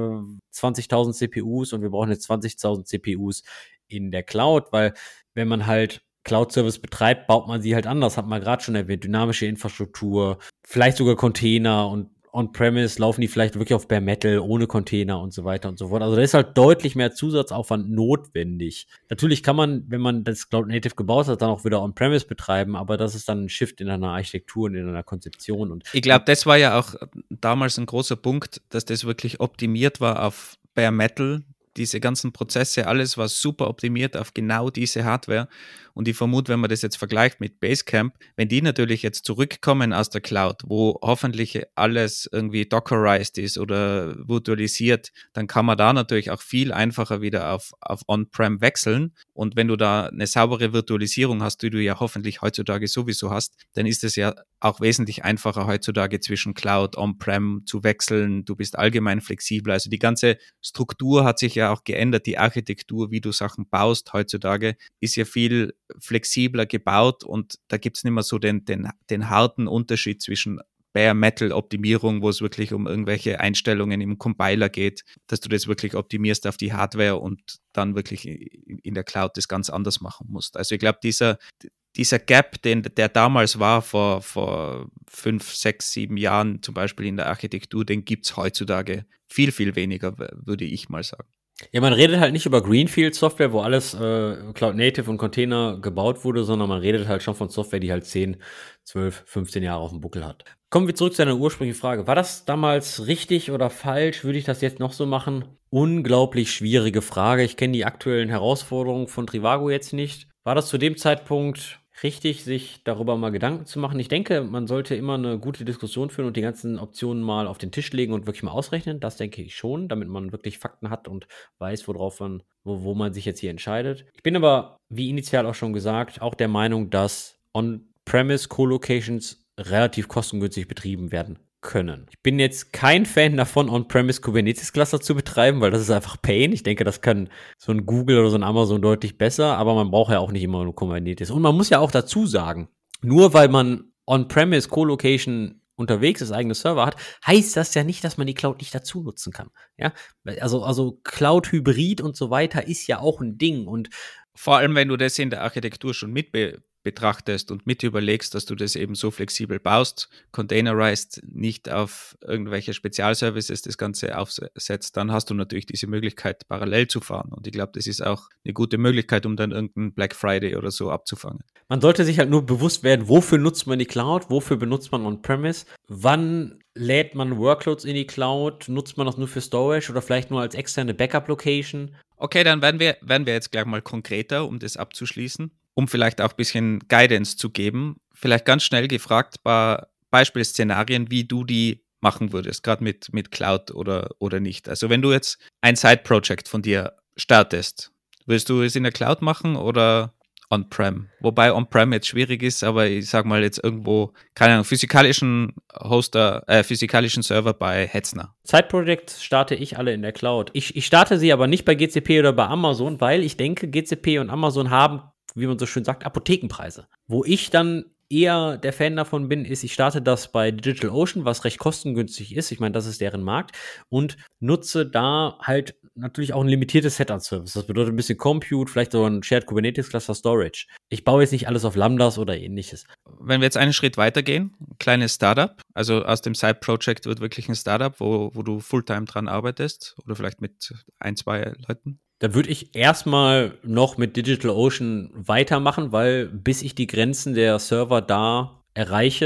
20.000 CPUs und wir brauchen jetzt 20.000 CPUs in der Cloud, weil wenn man halt Cloud-Service betreibt, baut man sie halt anders, hat man gerade schon erwähnt, dynamische Infrastruktur, vielleicht sogar Container und On-Premise laufen die vielleicht wirklich auf Bare Metal, ohne Container und so weiter und so fort. Also da ist halt deutlich mehr Zusatzaufwand notwendig. Natürlich kann man, wenn man das Cloud Native gebaut hat, dann auch wieder On-Premise betreiben, aber das ist dann ein Shift in einer Architektur und in einer Konzeption. Und ich glaube, das war ja auch damals ein großer Punkt, dass das wirklich optimiert war auf Bare Metal. Diese ganzen Prozesse, alles war super optimiert auf genau diese Hardware. Und ich vermute, wenn man das jetzt vergleicht mit Basecamp, wenn die natürlich jetzt zurückkommen aus der Cloud, wo hoffentlich alles irgendwie dockerized ist oder virtualisiert, dann kann man da natürlich auch viel einfacher wieder auf On-Prem wechseln. Und wenn du da eine saubere Virtualisierung hast, die du ja hoffentlich heutzutage sowieso hast, dann ist es ja auch wesentlich einfacher heutzutage zwischen Cloud, On-Prem zu wechseln. Du bist allgemein flexibler. Also die ganze Struktur hat sich ja auch geändert. Die Architektur, wie du Sachen baust heutzutage, ist ja viel flexibler gebaut und da gibt es nicht mehr so den harten Unterschied zwischen Bare Metal Optimierung, wo es wirklich um irgendwelche Einstellungen im Compiler geht, dass du das wirklich optimierst auf die Hardware und dann wirklich in der Cloud das ganz anders machen musst. Also ich glaube, dieser Gap, der damals war vor 5, 6, 7 Jahren zum Beispiel in der Architektur, den gibt es heutzutage viel, viel weniger, würde ich mal sagen. Ja, man redet halt nicht über Greenfield-Software, wo alles Cloud-Native und Container gebaut wurde, sondern man redet halt schon von Software, die halt 10, 12, 15 Jahre auf dem Buckel hat. Kommen wir zurück zu deiner ursprünglichen Frage. War das damals richtig oder falsch? Würde ich das jetzt noch so machen? Unglaublich schwierige Frage. Ich kenne die aktuellen Herausforderungen von Trivago jetzt nicht. War das zu dem Zeitpunkt richtig, sich darüber mal Gedanken zu machen? Ich denke, man sollte immer eine gute Diskussion führen und die ganzen Optionen mal auf den Tisch legen und wirklich mal ausrechnen. Das denke ich schon, damit man wirklich Fakten hat und weiß, wo man sich jetzt hier entscheidet. Ich bin aber, wie initial auch schon gesagt, auch der Meinung, dass On-Premise Co-Locations relativ kostengünstig betrieben werden können. Ich bin jetzt kein Fan davon, On-Premise Kubernetes-Cluster zu betreiben, weil das ist einfach Pain. Ich denke, das kann so ein Google oder so ein Amazon deutlich besser, aber man braucht ja auch nicht immer nur Kubernetes. Und man muss ja auch dazu sagen, nur weil man On-Premise Co-Location unterwegs ist, eigene Server hat, heißt das ja nicht, dass man die Cloud nicht dazu nutzen kann. Ja, also Cloud-Hybrid und so weiter ist ja auch ein Ding und vor allem, wenn du das in der Architektur schon betrachtest und mit überlegst, dass du das eben so flexibel baust, containerized, nicht auf irgendwelche Spezialservices das Ganze aufsetzt, dann hast du natürlich diese Möglichkeit, parallel zu fahren. Und ich glaube, das ist auch eine gute Möglichkeit, um dann irgendeinen Black Friday oder so abzufangen. Man sollte sich halt nur bewusst werden, wofür nutzt man die Cloud, wofür benutzt man On-Premise, wann lädt man Workloads in die Cloud, nutzt man das nur für Storage oder vielleicht nur als externe Backup-Location. Okay, dann werden wir jetzt gleich mal konkreter, um das abzuschließen, um vielleicht auch ein bisschen Guidance zu geben. Vielleicht ganz schnell gefragt, ein paar Beispielszenarien, wie du die machen würdest, gerade mit Cloud oder nicht. Also wenn du jetzt ein Side-Project von dir startest, willst du es in der Cloud machen oder On-Prem? Wobei On-Prem jetzt schwierig ist, aber ich sag mal jetzt irgendwo, keine Ahnung, physikalischen Server bei Hetzner. Side-Projects starte ich alle in der Cloud. Ich starte sie aber nicht bei GCP oder bei Amazon, weil ich denke, GCP und Amazon haben, wie man so schön sagt, Apothekenpreise. Wo ich dann eher der Fan davon bin, ist, ich starte das bei DigitalOcean, was recht kostengünstig ist. Ich meine, das ist deren Markt und nutze da halt natürlich auch ein limitiertes Set an Service. Das bedeutet ein bisschen Compute, vielleicht so ein Shared Kubernetes Cluster Storage. Ich baue jetzt nicht alles auf Lambdas oder ähnliches. Wenn wir jetzt einen Schritt weitergehen, ein kleines Startup, also aus dem Side-Project wird wirklich ein Startup, wo du Fulltime dran arbeitest oder vielleicht mit 1, 2 Leuten. Da würde ich erstmal noch mit DigitalOcean weitermachen, weil bis ich die Grenzen der Server da erreiche,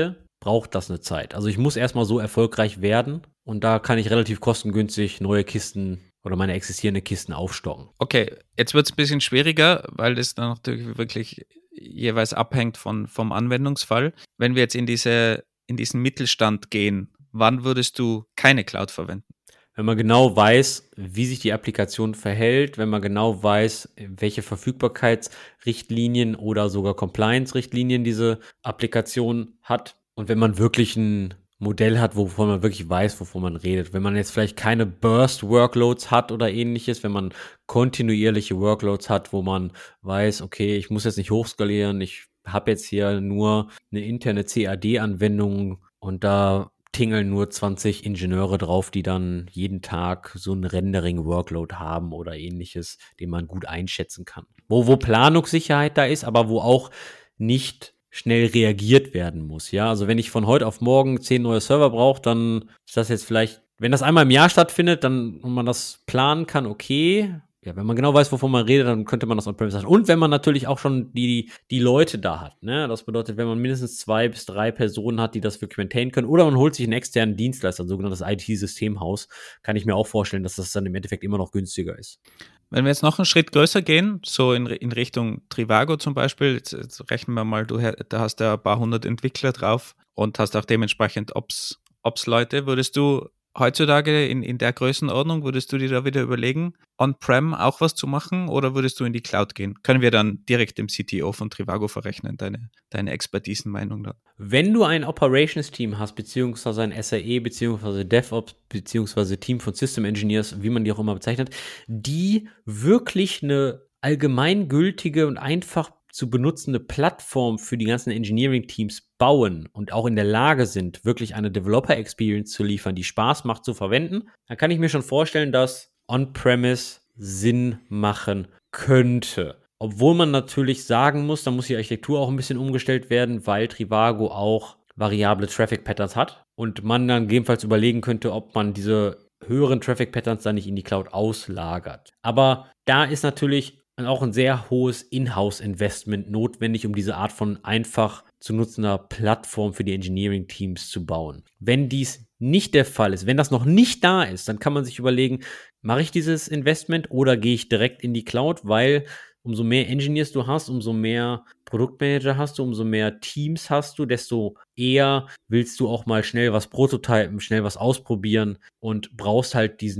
braucht das eine Zeit. Also ich muss erstmal so erfolgreich werden und da kann ich relativ kostengünstig neue Kisten oder meine existierenden Kisten aufstocken. Okay, jetzt wird es ein bisschen schwieriger, weil das dann natürlich wirklich jeweils abhängt vom Anwendungsfall. Wenn wir jetzt in diesen Mittelstand gehen, wann würdest du keine Cloud verwenden? Wenn man genau weiß, wie sich die Applikation verhält, wenn man genau weiß, welche Verfügbarkeitsrichtlinien oder sogar Compliance-Richtlinien diese Applikation hat und wenn man wirklich ein Modell hat, wovon man wirklich weiß, wovon man redet. Wenn man jetzt vielleicht keine Burst-Workloads hat oder ähnliches, wenn man kontinuierliche Workloads hat, wo man weiß, okay, ich muss jetzt nicht hochskalieren, ich habe jetzt hier nur eine interne CAD-Anwendung und da tingeln nur 20 Ingenieure drauf, die dann jeden Tag so ein Rendering-Workload haben oder ähnliches, den man gut einschätzen kann. Wo Planungssicherheit da ist, aber wo auch nicht schnell reagiert werden muss. Ja, also wenn ich von heute auf morgen 10 neue Server brauche, dann ist das jetzt vielleicht, wenn das einmal im Jahr stattfindet, dann und man das planen kann, okay. Ja, wenn man genau weiß, wovon man redet, dann könnte man das on-premise machen. Und wenn man natürlich auch schon die Leute da hat. Ne? Das bedeutet, wenn man mindestens 2 bis 3 Personen hat, die das wirklich maintainen können, oder man holt sich einen externen Dienstleister, ein sogenanntes IT-Systemhaus, kann ich mir auch vorstellen, dass das dann im Endeffekt immer noch günstiger ist. Wenn wir jetzt noch einen Schritt größer gehen, so in Richtung Trivago zum Beispiel, jetzt rechnen wir mal, da hast ja ein paar hundert Entwickler drauf und hast auch dementsprechend Ops-Leute. Würdest du heutzutage in der Größenordnung, würdest du dir da wieder überlegen, on-prem auch was zu machen oder würdest du in die Cloud gehen? Können wir dann direkt dem CTO von Trivago verrechnen, deine Expertisenmeinung da? Wenn du ein Operations-Team hast, beziehungsweise ein SRE, beziehungsweise DevOps, beziehungsweise Team von System Engineers, wie man die auch immer bezeichnet, die wirklich eine allgemeingültige und einfach zu benutzende Plattform für die ganzen Engineering-Teams bauen und auch in der Lage sind, wirklich eine Developer-Experience zu liefern, die Spaß macht zu verwenden, dann kann ich mir schon vorstellen, dass On-Premise Sinn machen könnte. Obwohl man natürlich sagen muss, da muss die Architektur auch ein bisschen umgestellt werden, weil Trivago auch variable Traffic Patterns hat und man dann gegebenenfalls überlegen könnte, ob man diese höheren Traffic Patterns dann nicht in die Cloud auslagert. Aber da ist natürlich auch ein sehr hohes Inhouse-Investment notwendig, um diese Art von einfach zu nutzender Plattform für die Engineering-Teams zu bauen. Wenn dies nicht der Fall ist, wenn das noch nicht da ist, dann kann man sich überlegen, mache ich dieses Investment oder gehe ich direkt in die Cloud, weil umso mehr Engineers du hast, umso mehr Produktmanager hast du, umso mehr Teams hast du, desto eher willst du auch mal schnell was prototypen, schnell was ausprobieren und brauchst halt diese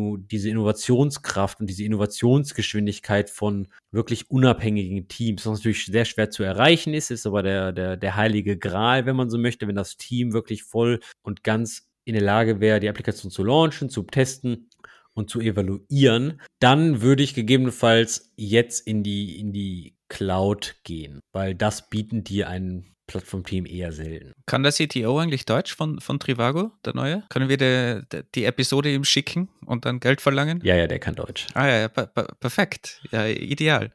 Innovationskraft und diese Innovationsgeschwindigkeit von wirklich unabhängigen Teams, was natürlich sehr schwer zu erreichen ist aber der heilige Gral, wenn man so möchte, wenn das Team wirklich voll und ganz in der Lage wäre, die Applikation zu launchen, zu testen und zu evaluieren, dann würde ich gegebenenfalls jetzt in die Cloud gehen, weil das bieten dir ein Plattformteam eher selten. Kann der CTO eigentlich Deutsch von Trivago, der neue? Können wir die Episode ihm schicken und dann Geld verlangen? Ja, der kann Deutsch. Ja, perfekt. Ja, ideal.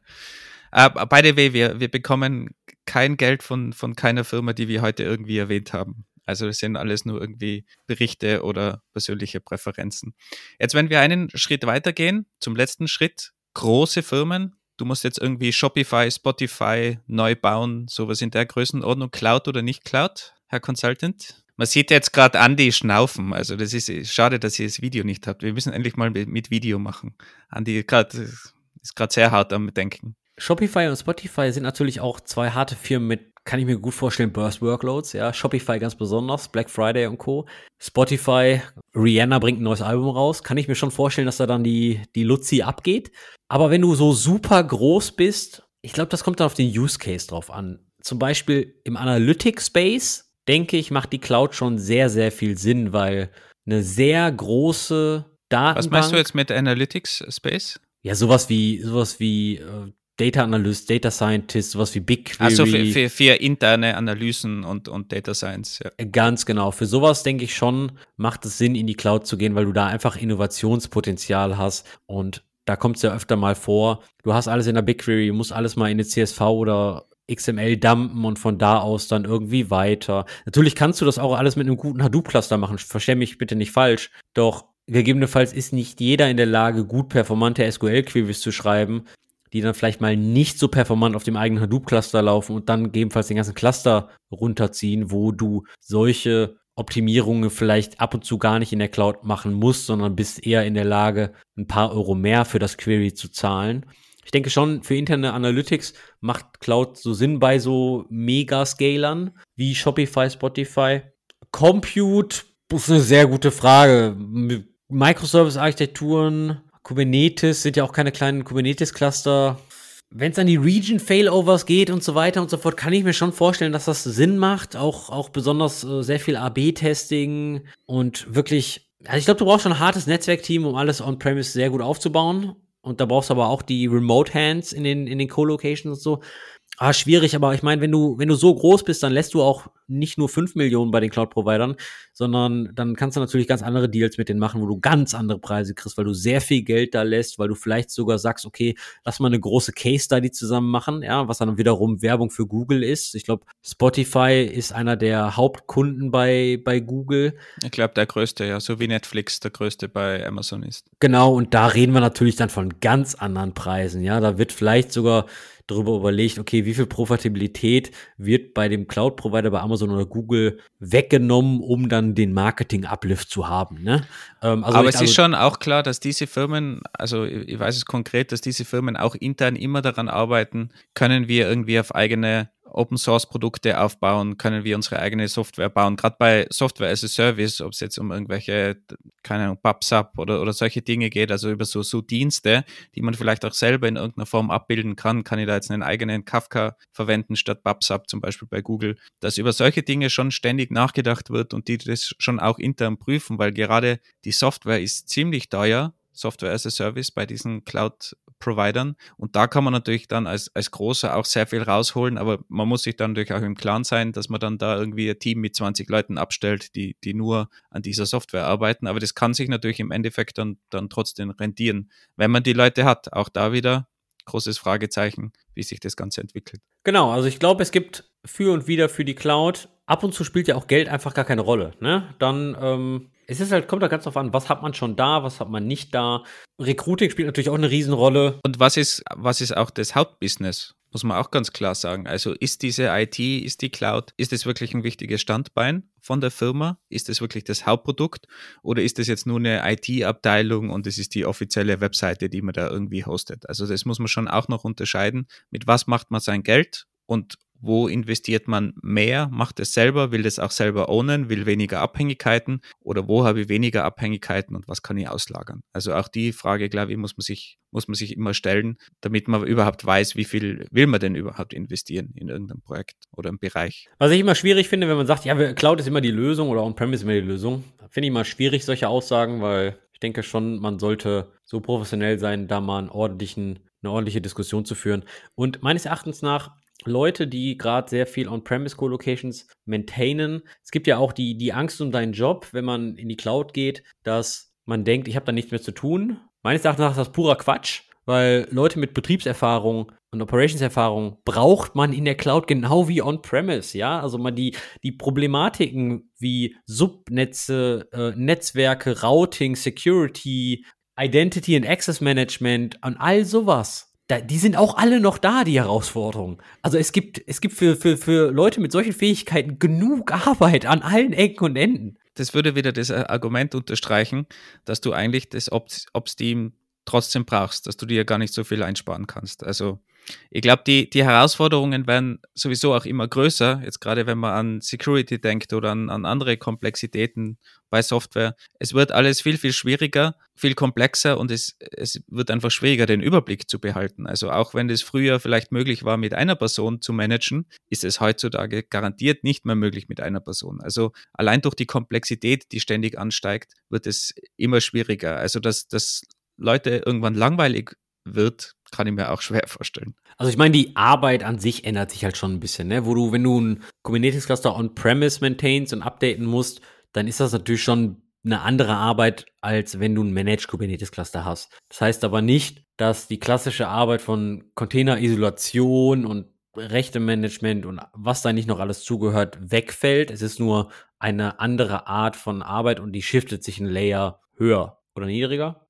By the way, wir bekommen kein Geld von keiner Firma, die wir heute irgendwie erwähnt haben. Also das sind alles nur irgendwie Berichte oder persönliche Präferenzen. Jetzt, wenn wir einen Schritt weitergehen, zum letzten Schritt, große Firmen, du musst jetzt irgendwie Shopify, Spotify neu bauen, sowas in der Größenordnung, Cloud oder nicht Cloud, Herr Consultant? Man sieht jetzt gerade Andi schnaufen, also das ist schade, dass ihr das Video nicht habt. Wir müssen endlich mal mit Video machen. Andi ist gerade sehr hart am Denken. Shopify und Spotify sind natürlich auch zwei harte Firmen mit, kann ich mir gut vorstellen, Burst-Workloads. Ja, Shopify ganz besonders, Black Friday und Co. Spotify, Rihanna bringt ein neues Album raus. Kann ich mir schon vorstellen, dass da dann die Luzi abgeht. Aber wenn du so super groß bist, ich glaube, das kommt dann auf den Use Case drauf an. Zum Beispiel im Analytics-Space, denke ich, macht die Cloud schon sehr, sehr viel Sinn, weil eine sehr große Datenbank. Was meinst du jetzt mit Analytics-Space? Ja, sowas wie Data Analyst, Data Scientist, sowas wie BigQuery. Also für interne Analysen und Data Science, ja. Ganz genau. Für sowas, denke ich schon, macht es Sinn, in die Cloud zu gehen, weil du da einfach Innovationspotenzial hast und da kommt es ja öfter mal vor, du hast alles in der BigQuery, musst alles mal in eine CSV oder XML dumpen und von da aus dann irgendwie weiter. Natürlich kannst du das auch alles mit einem guten Hadoop-Cluster machen, versteh mich bitte nicht falsch, doch gegebenenfalls ist nicht jeder in der Lage, gut performante SQL-Queries zu schreiben, die dann vielleicht mal nicht so performant auf dem eigenen Hadoop-Cluster laufen und dann gegebenenfalls den ganzen Cluster runterziehen, wo du solche Optimierungen vielleicht ab und zu gar nicht in der Cloud machen musst, sondern bist eher in der Lage, ein paar Euro mehr für das Query zu zahlen. Ich denke schon, für interne Analytics macht Cloud so Sinn bei so Megascalern wie Shopify, Spotify. Compute ist eine sehr gute Frage. Microservice-Architekturen, Kubernetes sind ja auch keine kleinen Kubernetes-Cluster. Wenn es an die Region-Failovers geht und so weiter und so fort, kann ich mir schon vorstellen, dass das Sinn macht. Auch besonders sehr viel AB-Testing und wirklich, also ich glaube, du brauchst schon ein hartes Netzwerkteam, um alles on-premise sehr gut aufzubauen. Und da brauchst du aber auch die Remote-Hands in den Co-Locations und so. Schwierig, aber ich meine, wenn du so groß bist, dann lässt du auch nicht nur 5 Millionen bei den Cloud-Providern, sondern dann kannst du natürlich ganz andere Deals mit denen machen, wo du ganz andere Preise kriegst, weil du sehr viel Geld da lässt, weil du vielleicht sogar sagst, okay, lass mal eine große Case-Study zusammen machen, ja, was dann wiederum Werbung für Google ist. Ich glaube, Spotify ist einer der Hauptkunden bei Google. Ich glaube, der größte, ja, so wie Netflix der größte bei Amazon ist. Genau, und da reden wir natürlich dann von ganz anderen Preisen, ja, da wird vielleicht sogar darüber überlegt, okay, wie viel Profitabilität wird bei dem Cloud-Provider bei Amazon oder Google weggenommen, um dann den Marketing-Uplift zu haben. Ne? Aber es ist schon auch klar, dass diese Firmen, also ich weiß es konkret, dass diese Firmen auch intern immer daran arbeiten, können wir irgendwie auf eigene Open-Source-Produkte aufbauen, können wir unsere eigene Software bauen. Gerade bei Software as a Service, ob es jetzt um irgendwelche, keine Ahnung, PubSub oder solche Dinge geht, also über so Dienste, die man vielleicht auch selber in irgendeiner Form abbilden kann ich da jetzt einen eigenen Kafka verwenden statt PubSub, zum Beispiel bei Google, dass über solche Dinge schon ständig nachgedacht wird und die das schon auch intern prüfen, weil gerade die Software ist ziemlich teuer, Software as a Service bei diesen Cloud-Providern. Und da kann man natürlich dann als Großer auch sehr viel rausholen, aber man muss sich dann natürlich auch im Klaren sein, dass man dann da irgendwie ein Team mit 20 Leuten abstellt, die nur an dieser Software arbeiten. Aber das kann sich natürlich im Endeffekt dann trotzdem rentieren, wenn man die Leute hat. Auch da wieder großes Fragezeichen, wie sich das Ganze entwickelt. Genau, also ich glaube, es gibt für und wieder für die Cloud. Ab und zu spielt ja auch Geld einfach gar keine Rolle. Ne? Dann es ist halt, kommt da ganz drauf an, was hat man schon da, was hat man nicht da. Recruiting spielt natürlich auch eine Riesenrolle. Und was ist auch das Hauptbusiness? Muss man auch ganz klar sagen. Also ist diese IT, ist die Cloud, ist es wirklich ein wichtiges Standbein von der Firma? Ist es wirklich das Hauptprodukt? Oder ist es jetzt nur eine IT-Abteilung und es ist die offizielle Webseite, die man da irgendwie hostet? Also das muss man schon auch noch unterscheiden. Mit was macht man sein Geld und wo investiert man mehr, macht es selber, will das auch selber ownen, will weniger Abhängigkeiten oder wo habe ich weniger Abhängigkeiten und was kann ich auslagern? Also auch die Frage, glaube ich, muss man sich immer stellen, damit man überhaupt weiß, wie viel will man denn überhaupt investieren in irgendein Projekt oder einen Bereich. Was ich immer schwierig finde, wenn man sagt, ja, Cloud ist immer die Lösung oder On-Premise ist immer die Lösung, finde ich immer schwierig, solche Aussagen, weil ich denke schon, man sollte so professionell sein, da mal eine ordentliche Diskussion zu führen. Und meines Erachtens nach Leute, die gerade sehr viel On-Premise Co-Locations maintainen. Es gibt ja auch die Angst um deinen Job, wenn man in die Cloud geht, dass man denkt, ich habe da nichts mehr zu tun. Meines Erachtens nach ist das purer Quatsch, weil Leute mit Betriebserfahrung und Operationserfahrung braucht man in der Cloud genau wie On-Premise, ja? Also mal die Problematiken wie Subnetze, Netzwerke, Routing, Security, Identity and Access Management und all sowas. Die sind auch alle noch da, die Herausforderungen. Also es gibt für Leute mit solchen Fähigkeiten genug Arbeit an allen Ecken und Enden. Das würde wieder das Argument unterstreichen, dass du eigentlich das Ops-Team trotzdem brauchst, dass du dir gar nicht so viel einsparen kannst. Also ich glaube, die Herausforderungen werden sowieso auch immer größer, jetzt gerade wenn man an Security denkt oder an andere Komplexitäten bei Software. Es wird alles viel, viel schwieriger, viel komplexer und es wird einfach schwieriger, den Überblick zu behalten. Also auch wenn es früher vielleicht möglich war, mit einer Person zu managen, ist es heutzutage garantiert nicht mehr möglich mit einer Person. Also allein durch die Komplexität, die ständig ansteigt, wird es immer schwieriger. Also dass Leute irgendwann langweilig wird, kann ich mir auch schwer vorstellen. Also ich meine, die Arbeit an sich ändert sich halt schon ein bisschen, ne? Wenn du ein Kubernetes-Cluster on-premise maintainst und updaten musst, dann ist das natürlich schon eine andere Arbeit, als wenn du ein Managed Kubernetes-Cluster hast. Das heißt aber nicht, dass die klassische Arbeit von Container-Isolation und Rechte-Management und was da nicht noch alles zugehört, wegfällt. Es ist nur eine andere Art von Arbeit und die shiftet sich ein Layer höher oder niedriger?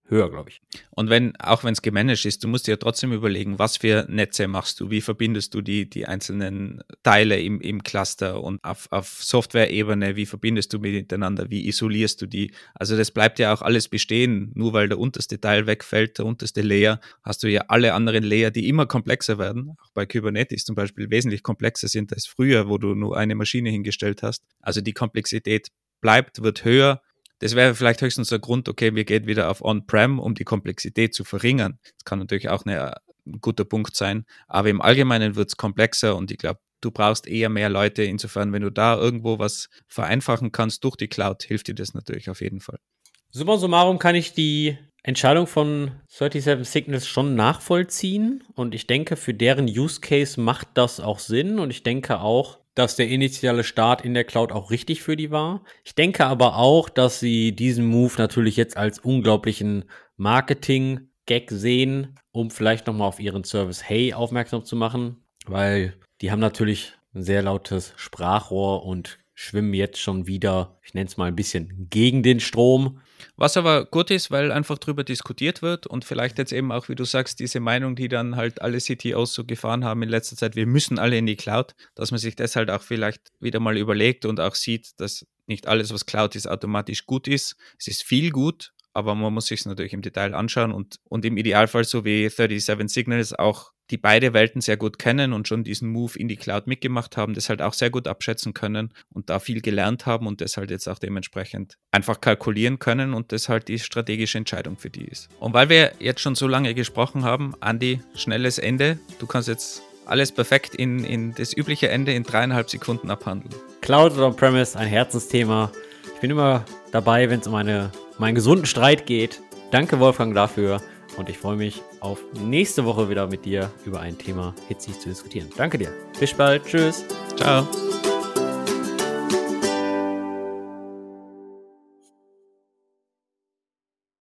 höher, glaube ich. Und auch wenn es gemanagt ist, du musst dir ja trotzdem überlegen, was für Netze machst du, wie verbindest du die einzelnen Teile im Cluster und auf Software-Ebene, wie verbindest du miteinander, wie isolierst du die? Also das bleibt ja auch alles bestehen, nur weil der unterste Teil wegfällt, der unterste Layer, hast du ja alle anderen Layer, die immer komplexer werden, auch bei Kubernetes zum Beispiel wesentlich komplexer sind als früher, wo du nur eine Maschine hingestellt hast. Also die Komplexität bleibt, wird höher. Das wäre vielleicht höchstens der Grund, okay, wir gehen wieder auf On-Prem, um die Komplexität zu verringern. Das kann natürlich auch ein guter Punkt sein, aber im Allgemeinen wird es komplexer und ich glaube, du brauchst eher mehr Leute. Insofern, wenn du da irgendwo was vereinfachen kannst durch die Cloud, hilft dir das natürlich auf jeden Fall. Summa summarum kann ich die Entscheidung von 37 Signals schon nachvollziehen und ich denke, für deren Use Case macht das auch Sinn und ich denke auch, dass der initiale Start in der Cloud auch richtig für die war. Ich denke aber auch, dass sie diesen Move natürlich jetzt als unglaublichen Marketing-Gag sehen, um vielleicht nochmal auf ihren Service Hey aufmerksam zu machen, weil die haben natürlich ein sehr lautes Sprachrohr und schwimmen jetzt schon wieder, ich nenne es mal ein bisschen, gegen den Strom. Was aber gut ist, weil einfach drüber diskutiert wird und vielleicht jetzt eben auch, wie du sagst, diese Meinung, die dann halt alle CTOs so gefahren haben in letzter Zeit, wir müssen alle in die Cloud, dass man sich das halt auch vielleicht wieder mal überlegt und auch sieht, dass nicht alles, was Cloud ist, automatisch gut ist. Es ist viel gut, aber man muss sich es natürlich im Detail anschauen und im Idealfall, so wie 37 Signals, auch die beide Welten sehr gut kennen und schon diesen Move in die Cloud mitgemacht haben, das halt auch sehr gut abschätzen können und da viel gelernt haben und das halt jetzt auch dementsprechend einfach kalkulieren können und das halt die strategische Entscheidung für die ist. Und weil wir jetzt schon so lange gesprochen haben, Andi, schnelles Ende. Du kannst jetzt alles perfekt in das übliche Ende in 3,5 Sekunden abhandeln. Cloud oder On-Premise, ein Herzensthema. Ich bin immer dabei, wenn es um meinen gesunden Streit geht. Danke, Wolfgang, dafür. Und ich freue mich auf nächste Woche wieder mit dir über ein Thema hitzig zu diskutieren. Danke dir. Bis bald. Tschüss. Ciao.